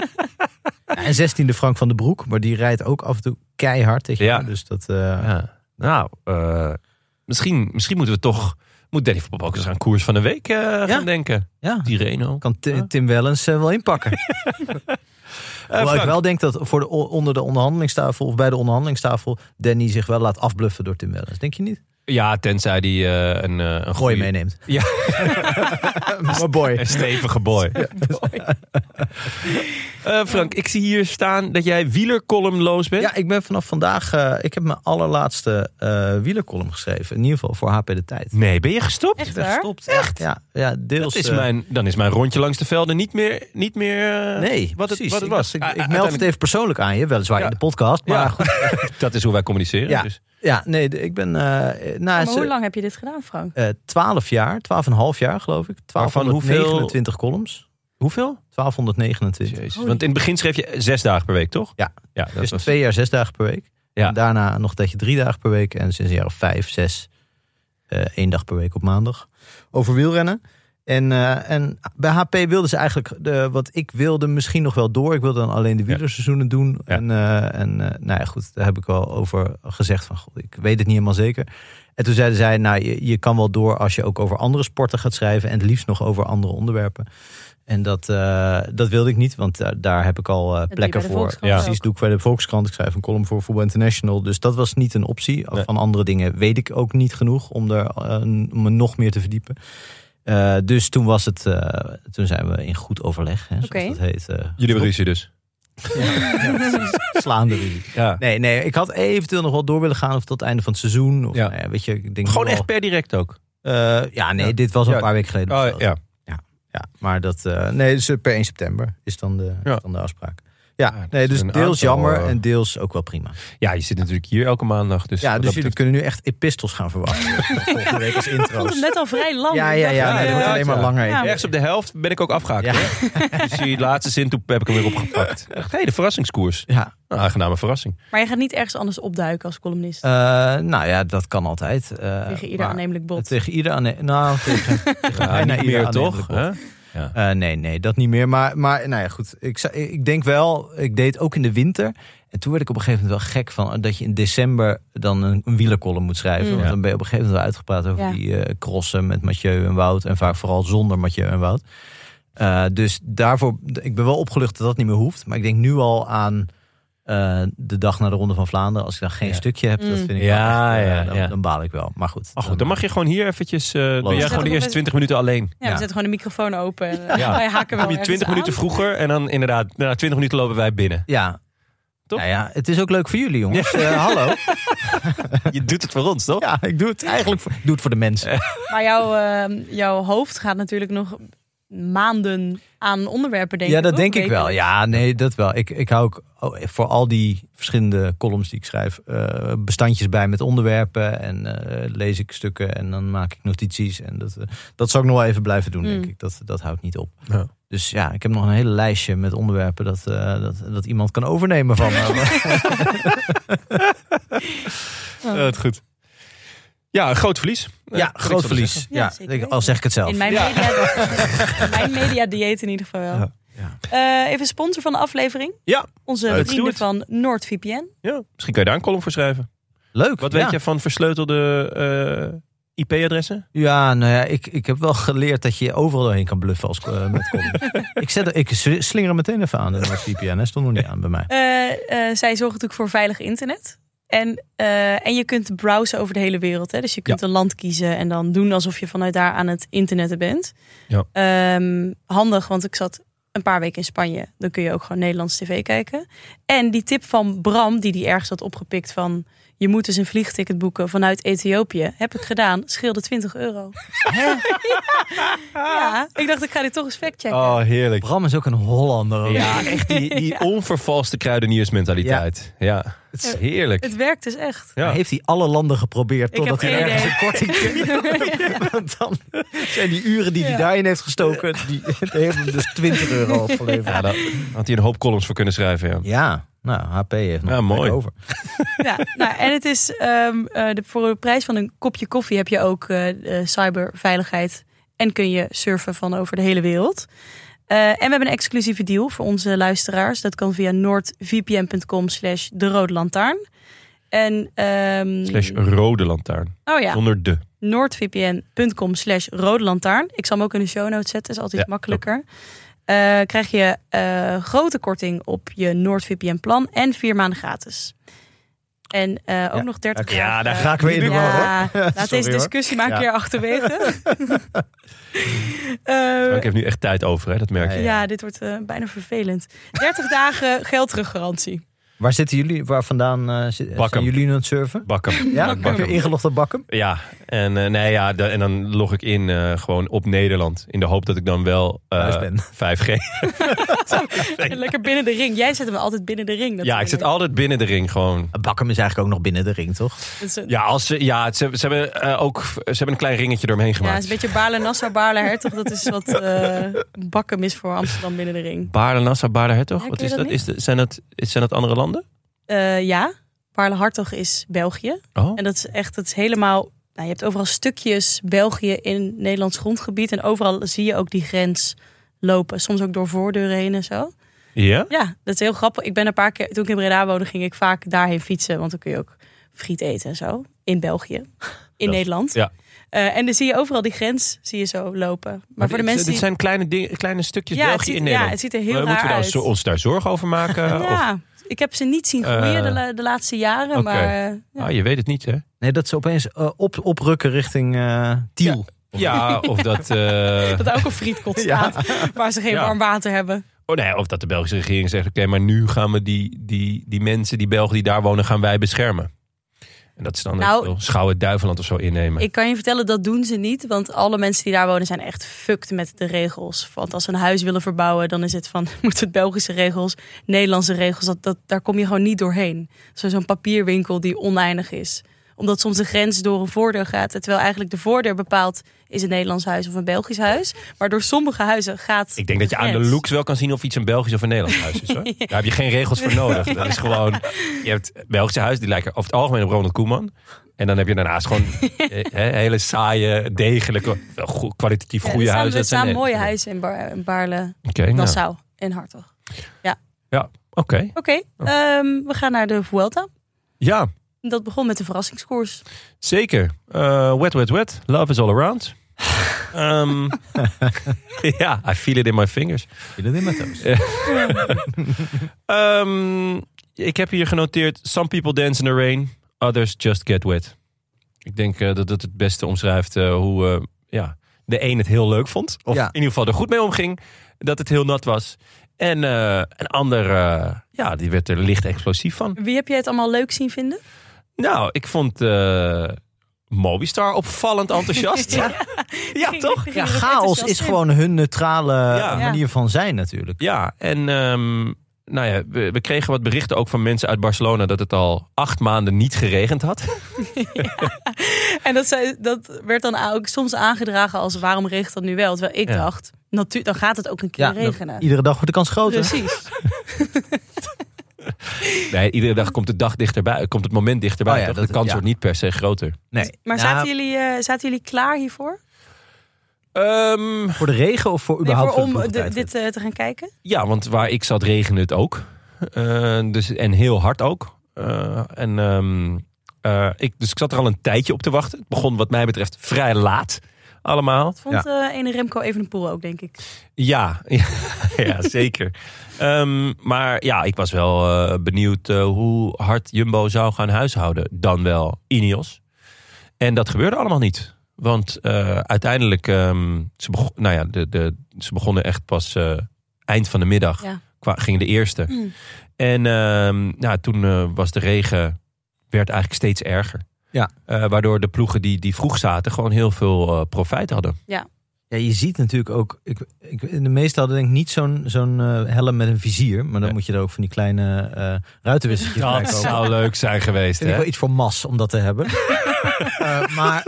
S4: Ja, en zestiende Frank van den Broek, maar die rijdt ook af en toe keihard tegen
S3: Ja.
S4: jou. Dus dat, uh,
S3: Ja. Nou, uh, misschien, misschien moeten we toch... Moet Danny van Poppel ook eens aan koers van de week uh,
S4: Ja.
S3: gaan denken.
S4: ja,
S3: Tirreno.
S4: kan T- Tim Wellens uh, wel inpakken.
S3: Uh,
S4: Hoewel ik
S3: Frank.
S4: wel denk dat voor de, onder de onderhandelingstafel of bij de onderhandelingstafel Danny zich wel laat afbluffen door Tim Wellens. Denk je niet?
S3: Ja, tenzij die uh, een, uh, een
S4: Gooi
S3: goeie-
S4: meeneemt.
S3: Ja,
S4: Maar boy.
S3: een stevige boy. Uh, Frank, ik zie hier staan dat jij wielercolumnloos bent.
S4: Ja, ik ben vanaf vandaag, uh, ik heb mijn allerlaatste uh, wielercolumn geschreven. In ieder geval voor H P De Tijd.
S3: Nee, ben je gestopt?
S6: Echt
S4: Ik ben
S6: waar?
S4: gestopt. Echt? Ja, ja deels.
S3: Dat is
S4: uh,
S3: mijn, dan is mijn rondje langs de velden niet meer, niet meer uh,
S4: Nee,
S3: wat, het,
S4: precies.
S3: wat het
S4: Ik
S3: was.
S4: dacht, Ik,
S3: Ah,
S4: ik meld het
S3: uiteindelijk-
S4: even persoonlijk aan je, weliswaar
S3: Ja.
S4: in de podcast. Maar
S3: Ja.
S4: goed.
S3: Dat is hoe wij communiceren.
S4: Ja.
S3: Dus.
S4: Ja, nee, de- ik ben uh, na
S6: Maar hoe lang heb je dit gedaan, Frank?
S4: uh, twaalf jaar, twaalf en een half jaar geloof ik.
S3: Waarvan hoeveel-
S4: twaalfhonderdnegenentwintig columns.
S3: Hoeveel?
S4: twaalfhonderdnegenentwintig.
S3: Jezus. Want in het begin schreef je zes dagen per week, toch?
S4: Ja.
S3: ja dat
S4: Dus
S3: was-
S4: twee jaar zes dagen per week.
S3: Ja.
S4: En daarna nog dat je drie dagen per week. En sinds een jaar of vijf, zes, uh, één dag per week op maandag. Over wielrennen. En, uh, en bij H P wilden ze eigenlijk, de, wat ik wilde, misschien nog wel door. Ik wilde dan alleen de wielerseizoenen doen.
S3: Ja.
S4: En, uh, en uh, nou ja, goed, daar heb ik wel over gezegd van, god, ik weet het niet helemaal zeker. En toen zeiden zij, nou, je, je kan wel door als je ook over andere sporten gaat schrijven. En het liefst nog over andere onderwerpen. En dat, uh, dat wilde ik niet, want uh, daar heb ik al uh,
S6: doe je
S4: plekken
S6: bij de
S4: voor.
S6: Volkskrant
S3: Ja.
S4: Precies, doe ik bij de Volkskrant. Ik schrijf een column voor Voetbal International. Dus dat was niet een optie.
S3: Nee.
S4: Van andere dingen weet ik ook niet genoeg om er uh, me nog meer te verdiepen. Uh, dus toen was het, uh, toen zijn we in goed overleg, hè, zoals
S6: Oké.
S4: dat heet. Uh,
S3: Jullie hebben ruzie dus.
S4: Ja, ja, slaande ruzie.
S3: Ja.
S4: Nee, nee, ik had eventueel nog wel door willen gaan of tot het einde van het seizoen. Of,
S3: Ja.
S4: nou ja, weet je, ik denk
S3: Gewoon
S4: wel,
S3: echt per direct ook.
S4: Uh, ja, nee,
S3: Ja.
S4: dit was al
S3: Ja.
S4: een paar weken geleden.
S3: Oh,
S4: besloten.
S3: ja.
S4: Ja, ja, maar dat, uh, nee, dus per één september is dan de,
S3: Ja.
S4: is dan de afspraak. Ja,
S3: Ja, dat
S4: nee,
S3: is
S4: dus
S3: een
S4: deels
S3: aantal,
S4: jammer
S3: uh,
S4: en deels ook wel prima.
S3: Ja, je zit natuurlijk hier elke maandag. Dus
S4: Ja,
S3: wat
S4: dus
S3: dat
S4: jullie
S3: betreft-
S4: kunnen nu echt epistels gaan verwachten. Volgende week als
S6: Ik vond
S4: intro's.
S6: het net al vrij lang.
S4: Ja,
S6: Ik
S4: ja,
S6: dacht,
S4: ja,
S6: uh,
S4: nee, dat wordt alleen maar
S3: ja.
S4: langer.
S6: Ja.
S3: Ergens op de helft ben ik ook afgehaakt.
S4: Ja.
S3: Hè? Dus die laatste zin, toen heb ik hem weer opgepakt. Hé, hey, de verrassingskoers.
S4: Ja,
S3: Nou, aangename verrassing.
S6: Maar je gaat niet ergens anders opduiken als columnist.
S4: uh, nou ja, dat kan altijd. Uh,
S6: tegen ieder
S4: maar-
S6: aannemelijk bot.
S4: Tegen ieder aannemelijk. Nou, tegen, tegen
S3: Ja,
S4: bijna
S3: niet
S4: ieder
S3: meer, toch?
S4: aannemelijk bot.
S3: Hè? Ja.
S4: Uh, nee, nee, dat niet meer. Maar, maar nou ja, goed. Ik, zou- ik denk wel, ik deed het ook in de winter. En toen werd ik op een gegeven moment wel gek van dat je in december dan een, een wielercolumn moet schrijven.
S6: Mm.
S4: Want dan ben je op een gegeven moment wel uitgepraat over
S6: Ja.
S4: die uh, crossen met Mathieu en Wout. En vaak vooral zonder Mathieu en Wout. Uh, dus daarvoor, ik ben wel opgelucht dat dat niet meer hoeft. Maar ik denk nu al aan uh, de dag na de Ronde van Vlaanderen. Als ik dan geen
S3: Ja.
S4: stukje heb, dat
S6: Mm.
S4: vind ik
S3: Ja,
S4: wel echt, uh,
S3: ja,
S4: dan,
S3: ja.
S4: dan baal ik wel. Maar goed.
S3: Maar goed, dan mag je gewoon hier eventjes... Uh, doe jij
S4: Zetten
S3: gewoon de
S6: we
S3: eerste
S6: best-
S3: twintig minuten alleen.
S6: Ja, we
S4: Ja.
S6: zetten gewoon de microfoon open. En,
S3: Ja.
S6: wij haken
S3: Dan
S6: wel
S3: heb je twintig minuten
S6: vroeg.
S3: vroeger en dan inderdaad, na twintig minuten lopen wij binnen.
S4: Ja.
S3: Toch?
S4: Nou ja, het is ook leuk voor jullie, jongens. Uh, hallo.
S3: Je doet het voor ons, toch?
S4: Ja, ik doe het eigenlijk voor, ik doe het voor de mensen.
S6: Maar jouw, uh, jouw hoofd gaat natuurlijk nog maanden aan onderwerpen denken.
S4: Ja, dat
S6: toch?
S4: denk ik wel.
S6: Wekelijks.
S4: Ja, nee, dat wel. Ik, ik hou ook oh, voor al die verschillende columns die ik schrijf, uh, bestandjes bij met onderwerpen. En uh, lees ik stukken en dan maak ik notities. En dat, uh, dat zal ik nog wel even blijven doen,
S6: Mm.
S4: denk ik. Dat, dat houdt niet op.
S3: Ja.
S4: Dus ja, ik heb nog een hele lijstje met onderwerpen dat, uh, dat, dat iemand kan overnemen van me.
S6: Oh.
S3: Ja, het goed. Ja, een groot verlies.
S4: Ja,
S3: Eh, kan ik
S4: groot
S3: zo
S4: verlies.
S3: zeggen.
S6: Ja,
S4: Ja,
S6: zeker
S4: ik-
S6: weten.
S4: al zeg ik het zelf.
S6: In mijn,
S3: Ja.
S6: media, in mijn media-dieet in ieder geval wel.
S3: Ja.
S4: Ja.
S6: Uh, even sponsor van de aflevering.
S3: Ja,
S6: Onze
S3: Let's do
S6: vrienden
S3: it.
S6: van NordVPN.
S3: ja, misschien kan je daar een column voor schrijven.
S4: Leuk.
S3: Wat
S4: ja.
S3: weet je van versleutelde uh, I P-adressen?
S4: Ja, nou ja, ik, ik heb wel geleerd dat je overal doorheen kan bluffen als uh, met column. ik, zet, ik slinger hem meteen even aan in NordVPN. Hij stond nog niet aan bij mij.
S6: Uh, uh, zij zorgen natuurlijk voor veilig internet. En, uh, en je kunt browsen over de hele wereld. Hè? Dus je kunt
S3: Ja.
S6: een land kiezen en dan doen alsof je vanuit daar aan het internetten bent.
S3: Ja.
S6: Um, handig, want ik zat een paar weken in Spanje. Dan kun je ook gewoon Nederlands tv kijken. En die tip van Bram, die die ergens had opgepikt van... je moet dus een vliegticket boeken vanuit Ethiopië. Heb ik gedaan, scheelde twintig euro. ja. ja, ik dacht ik ga dit toch eens factchecken.
S3: Oh, heerlijk.
S4: Bram is ook een Hollander.
S3: Ja, echt die, die
S6: Ja.
S3: onvervalste kruideniersmentaliteit. Ja, ja. Het is heerlijk.
S6: Het werkt dus echt.
S3: Ja.
S4: Heeft hij alle landen geprobeerd
S6: Ik
S4: totdat
S6: heb
S4: hij
S6: geen
S4: ergens
S6: idee.
S4: een korting kreeg? Want dan zijn die uren die hij
S6: Ja.
S4: daarin heeft gestoken, die heeft hem dus twintig euro opgeleverd.
S3: Ja, daar had hij een hoop columns voor kunnen schrijven. Ja.
S4: Ja, nou, H P heeft nog
S3: Ja,
S4: een
S3: mooi.
S4: plek over.
S6: Ja, nou, en het is um, uh, de, voor de prijs van een kopje koffie heb je ook uh, uh, cyberveiligheid en kun je surfen van over de hele wereld. Uh, en we hebben een exclusieve deal voor onze luisteraars. Dat kan via noordvpn.com slash de rode lantaarn. En um,
S3: Slash rode lantaarn.
S6: oh ja,
S3: Zonder de.
S6: noordvpn.com slash rode lantaarn. Ik zal hem ook in de show notes zetten, is altijd
S3: Ja,
S6: makkelijker. Uh, krijg je uh, grote korting op je NordVPN plan en vier maanden gratis. En uh, ook
S4: Ja,
S6: nog dertig
S4: ja,
S6: dagen.
S4: daar ga ik weer in de war,
S6: Ja, laat
S4: Sorry,
S6: deze
S4: hoor.
S6: discussie maar een
S4: Ja.
S6: keer achterwege. uh,
S3: Frank heeft nu echt tijd over, hè? Dat merk je.
S4: Ja,
S6: ja, dit wordt uh, bijna vervelend. dertig dagen geldteruggarantie.
S4: Waar zitten jullie, waar vandaan uh, zit,
S3: Bakkum.
S4: zijn jullie nu aan het surfen?
S3: Bakken.
S4: Ja,
S3: Bakkum.
S4: Bakkum. Ingelogd op Bakkum?
S3: Ja, en, uh, nee, ja de, en dan log ik in uh, gewoon op Nederland. In de hoop dat ik dan wel uh,
S4: Thuis ben.
S3: vijf G.
S6: Lekker binnen de ring. Jij zet hem altijd binnen de ring.
S3: Ja, ik
S6: natuurlijk.
S3: zit altijd binnen de ring gewoon.
S4: Bakkum is eigenlijk ook nog binnen de ring, toch?
S6: Dat is een,
S3: Ja, als ze, ja ze, ze hebben uh, ook ze hebben een klein ringetje eromheen
S6: ja, het
S3: gemaakt.
S6: is een beetje Baarle-Nassau, Baarle-Hertog. Dat is wat uh, Bakkum is voor Amsterdam binnen de ring.
S3: Baarle-Nassau, Baarle-Hertog.
S6: Ja,
S3: Wat
S6: ken
S3: is
S6: je
S3: dat?
S6: dat
S3: Is de, zijn, dat zijn dat andere landen?
S6: Uh, ja, Baarle-Hertog is België.
S3: Oh.
S6: En dat is echt, dat is helemaal... Nou, je hebt overal stukjes België in Nederlands grondgebied. En overal zie je ook die grens lopen. Soms ook door voordeuren heen en zo.
S3: Ja?
S6: Ja, dat is heel grappig. Ik ben een paar keer, toen ik in Breda woonde, ging ik vaak daarheen fietsen. Want dan kun je ook friet eten en zo. In België. In
S3: Dat-
S6: Nederland.
S3: Ja.
S6: Uh, en dan zie je overal die grens zie je zo lopen. Maar,
S3: Maar
S6: voor de
S3: dit,
S6: mensen
S3: dit
S6: die...
S3: zijn kleine, dingen, kleine stukjes
S6: Ja, het
S3: België
S6: ziet-
S3: in
S6: ja,
S3: Nederland.
S6: het ziet er heel
S3: Maar
S6: raar
S3: moeten we
S6: uit.
S3: daar, ons daar zorgen over maken?
S6: Ja,
S3: Of,
S6: ik heb ze niet zien groeien
S3: Uh,
S6: de, la- de laatste jaren.
S3: oké.
S6: Maar uh, ja.
S3: ah, je weet het niet, hè?
S4: Nee, dat ze opeens uh, op, oprukken richting uh, Tiel.
S3: Ja. Ja, of dat... Uh...
S6: dat er ook een frietkot staat ja. waar ze geen ja. warm water hebben.
S3: Oh nee, of dat de Belgische regering zegt... oké, okay, maar nu gaan we die, die, die mensen, die Belgen die daar wonen... gaan wij beschermen. En dat is dan nou, Schouwen Duiveland of zo innemen.
S6: Ik kan je vertellen, dat doen ze niet. Want alle mensen die daar wonen zijn echt fucked met de regels. Want als ze een huis willen verbouwen, dan is het van... moet het Belgische regels, Nederlandse regels... Dat, dat, daar kom je gewoon niet doorheen. Zo, zo'n papierwinkel die oneindig is. Omdat soms de grens door een voordeur gaat. Terwijl eigenlijk de voordeur bepaalt... is een Nederlands huis of een Belgisch huis. Maar door sommige huizen gaat
S3: Ik denk dat je
S6: grens.
S3: aan de looks wel kan zien... of iets een Belgisch of een Nederlands huis is. Hoor. ja. Daar heb je geen regels voor nodig. Dat is gewoon... Je hebt Belgische huizen, die lijken over het algemeen op Ronald Koeman... En dan heb je daarnaast gewoon he, hele saaie, degelijke, go- kwalitatief goede
S6: ja, er
S3: huizen.
S6: Er staan mooie huizen in, Bar- in Baarle,
S3: okay,
S6: Nassau
S3: nou.
S6: en Hartog. Ja,
S3: ja oké. Okay.
S6: Oké, okay, um, we gaan naar de Vuelta.
S3: Ja.
S6: Dat begon met de verrassingskoers.
S3: Zeker. Uh, wet, wet, wet. Love is all around. um, ja, I feel it in my fingers.
S4: Feel it in my toes.
S3: um, ik heb hier genoteerd, some people dance in the rain. Others just get wet. Ik denk uh, dat het het beste omschrijft uh, hoe uh, ja, de een het heel leuk vond. Of ja. in ieder geval er goed mee omging. Dat het heel nat was. En uh, een ander, uh, ja, die werd er licht explosief van.
S6: Wie heb jij het allemaal leuk zien vinden?
S3: Nou, ik vond uh, Mobistar opvallend enthousiast. ja. ja, toch?
S4: Ja, chaos is gewoon hun neutrale ja. manier van zijn natuurlijk.
S3: Ja, en... Um, Nou ja, we, we kregen wat berichten ook van mensen uit Barcelona... dat het al acht maanden niet geregend had.
S6: Ja. En dat, zei, dat werd dan ook soms aangedragen als... waarom regent dat nu wel? Terwijl ik ja. dacht, natuur, dan gaat het ook een keer ja, regenen.
S4: Dan, iedere dag wordt de kans groter.
S6: Precies.
S3: Nee, iedere dag komt de dag dichterbij. Komt het moment dichterbij.
S4: Oh ja,
S3: toch?
S4: dat,
S3: de kans
S4: ja.
S3: wordt niet per se groter.
S4: Nee.
S6: Maar
S4: nou,
S6: zaten, jullie, uh, zaten jullie klaar hiervoor?
S3: Um,
S4: voor de regen of voor überhaupt
S6: nee, voor
S4: voor
S6: om de, dit uh, te gaan kijken?
S3: Ja, want waar ik zat regende het ook. Uh, dus, en heel hard ook. Uh, en, um, uh, ik, dus ik zat er al een tijdje op te wachten. Het begon wat mij betreft vrij laat allemaal.
S6: Dat vond ja. uh, ene Remco Evenepoel ook, denk ik.
S3: Ja, ja, ja zeker. Um, maar ja, ik was wel uh, benieuwd uh, hoe hard Jumbo zou gaan huishouden. Dan wel Ineos. En dat gebeurde allemaal niet. Want uh, uiteindelijk, um, ze, begon, nou ja, de, de, ze begonnen echt pas uh, eind van de middag.
S6: Ja.
S3: Gingen de eerste. Mm. En uh, nou, toen uh, was de regen, werd eigenlijk steeds erger.
S4: Ja.
S3: Uh, waardoor de ploegen die, die vroeg zaten gewoon heel veel uh, profijt hadden.
S6: Ja.
S4: Ja, je ziet natuurlijk ook, ik, ik, de meeste hadden denk ik niet zo'n, zo'n uh, helm met een vizier. Maar dan nee. moet je er ook van die kleine uh, ruitenwissertjes bij komen.
S3: Dat zou leuk zijn geweest.
S4: Vind
S3: hè?
S4: ik wel iets voor mas om dat te hebben. uh, maar...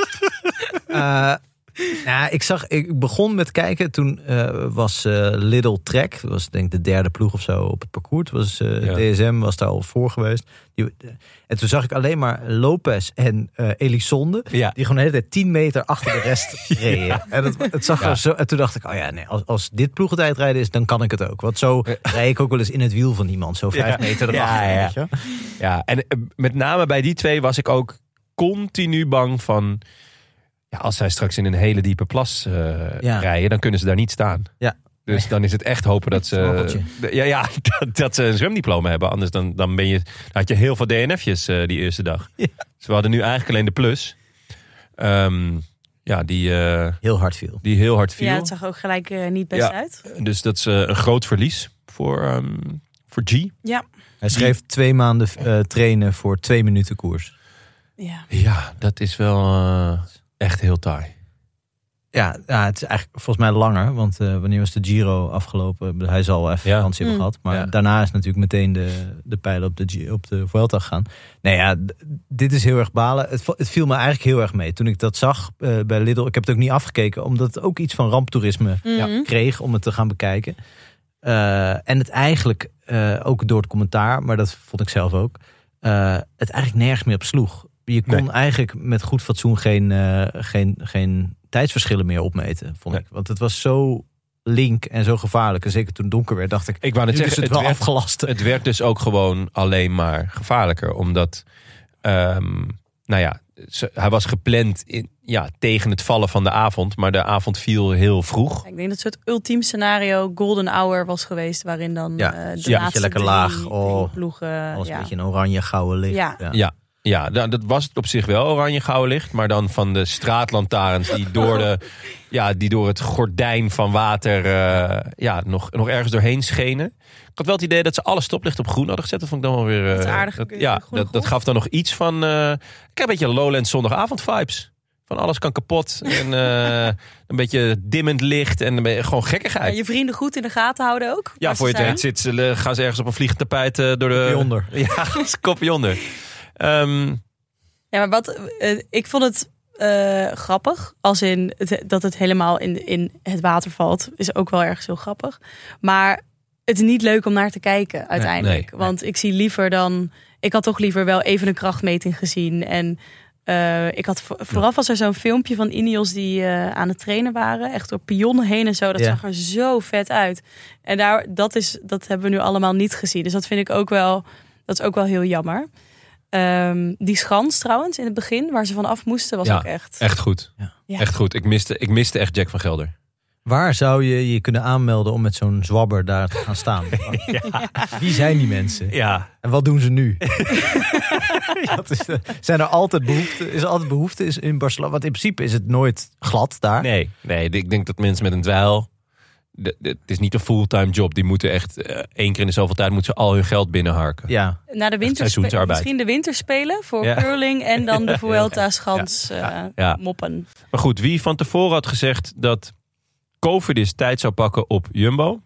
S4: Uh, Ja, ik zag, ik begon met kijken. Toen uh, was uh, Lidl Trek. Dat was denk ik de derde ploeg of zo op het parcours. Het was uh, ja. D S M was daar al voor geweest. Die, uh, en toen zag ik alleen maar Lopez en uh, Elisonde. Ja. Die gewoon de hele tijd tien meter achter de rest reden. Ja. En, het, het zag ja. er zo, en toen dacht ik, oh ja, nee, als, als dit ploegentijdrijden is, dan kan ik het ook. Want zo ja. rijd ik ook wel eens in het wiel van iemand. Zo vijf ja. meter erachter.
S3: Ja, ja.
S4: Weet je?
S3: Ja, en uh, met name bij die twee was ik ook continu bang van... Ja, als zij straks in een hele diepe plas uh, ja. rijden, dan kunnen ze daar niet staan.
S4: Ja.
S3: Dus dan is het echt hopen dat ze, ja, ja, dat, dat ze een zwemdiploma hebben. Anders dan, dan, ben je, dan had je heel veel D N F'jes uh, die eerste dag. Ja. Dus we hadden nu eigenlijk alleen de plus. Um, ja, die, uh,
S4: heel hard viel.
S3: Die heel hard viel.
S6: Ja, het zag ook gelijk uh, niet best
S3: ja.
S6: uit.
S3: Dus dat is uh, een groot verlies voor, um, voor G.
S6: Ja.
S4: Hij schreef G. twee maanden uh, trainen voor twee minuten koers.
S6: Ja,
S3: ja dat is wel... Uh, Echt heel taai.
S4: Ja, ja, het is eigenlijk volgens mij langer. Want uh, wanneer was de Giro afgelopen? Hij zal even
S3: ja.
S4: vakantie hebben mm. gehad. Maar ja. daarna is natuurlijk meteen de, de pijlen op de, op de Vuelta gegaan. Nee ja, d- dit is heel erg balen. Het, het viel me eigenlijk heel erg mee. Toen ik dat zag uh, bij Lidl. Ik heb het ook niet afgekeken. Omdat het ook iets van ramptoerisme mm-hmm. kreeg om het te gaan bekijken. Uh, en het eigenlijk, uh, ook door het commentaar. Maar dat vond ik zelf ook. Uh, het eigenlijk nergens meer op sloeg. Je kon nee. eigenlijk met goed fatsoen geen, uh, geen, geen tijdsverschillen meer opmeten, vond nee. ik. Want het was zo link en zo gevaarlijk. En zeker toen het donker werd, dacht ik,
S3: ik wou net zeggen,
S4: het,
S3: het
S4: wel
S3: werd,
S4: afgelast.
S3: Het werd dus ook gewoon alleen maar gevaarlijker. Omdat, um, nou ja, hij was gepland in, ja, tegen het vallen van de avond. Maar de avond viel heel vroeg.
S6: Ik denk dat het soort ultiem scenario golden hour was geweest. Waarin dan
S4: ja.
S6: uh, de
S4: ja,
S6: laatste
S4: lekker
S6: drie,
S4: laag.
S6: drie
S4: Oh,
S6: ploegen...
S4: als
S6: ja.
S4: een beetje een oranje gouden licht.
S6: Ja.
S3: Ja. ja. Ja, nou, dat was het op zich wel, oranje gouden licht. Maar dan van de straatlantaarns die door, de, ja, die door het gordijn van water uh, ja, nog, nog ergens doorheen schenen. Ik had wel het idee dat ze alle stoplichten op groen hadden gezet. Dat vond ik dan wel weer... Uh,
S6: Dat is aardig.
S3: dat, ja, dat, dat gaf dan nog iets van... Uh, ik heb een beetje Lowlands zondagavond vibes. Van alles kan kapot. En uh, een beetje dimmend licht. En een beetje, gewoon gekkigheid.
S6: Ja, je vrienden goed in de gaten houden ook.
S3: Ja, voor je het weet zit ze, gaan ze ergens op een vliegend tapijt uh, door de...
S4: Kopje onder.
S3: Ja, kopje onder. Um,
S6: Ja, maar wat, uh, ik vond het uh, grappig. Als in het, dat het helemaal in, in het water valt. Is ook wel ergens heel grappig. Maar het is niet leuk om naar te kijken uiteindelijk.
S3: Nee, nee,
S6: Want ik zie liever dan... Ik had toch liever wel even een krachtmeting gezien. En uh, ik had vooraf was er zo'n filmpje van Ineos die uh, aan het trainen waren. Echt door pionnen heen en zo. Dat
S4: ja.
S6: zag er zo vet uit. En daar, dat, is, dat hebben we nu allemaal niet gezien. Dus dat vind ik ook wel... Dat is ook wel heel jammer. Um, die schans trouwens in het begin, waar ze vanaf moesten, was
S3: ja,
S6: ook echt...
S3: echt goed.
S6: Ja.
S3: Echt goed. Ik miste, ik miste echt Jack van Gelder.
S4: Waar zou je je kunnen aanmelden om met zo'n zwabber daar te gaan staan?
S3: Ja.
S4: Wie zijn die mensen?
S3: Ja.
S4: En wat doen ze nu? Dat is de, zijn er altijd behoefte? Is er altijd behoefte is in Barcelona? Want in principe is het nooit glad daar.
S3: Nee, nee, ik denk dat mensen met een dweil... De, de, het is niet een fulltime job. Die moeten echt uh, één keer in de zoveel tijd moeten ze al hun geld binnenharken.
S4: Ja.
S6: Na de winterspelen, misschien de winterspelen voor
S3: ja.
S6: curling en dan de Vuelta schans
S3: ja.
S6: uh,
S3: ja.
S6: moppen.
S3: Maar goed, wie van tevoren had gezegd dat Cofidis tijd zou pakken op Jumbo,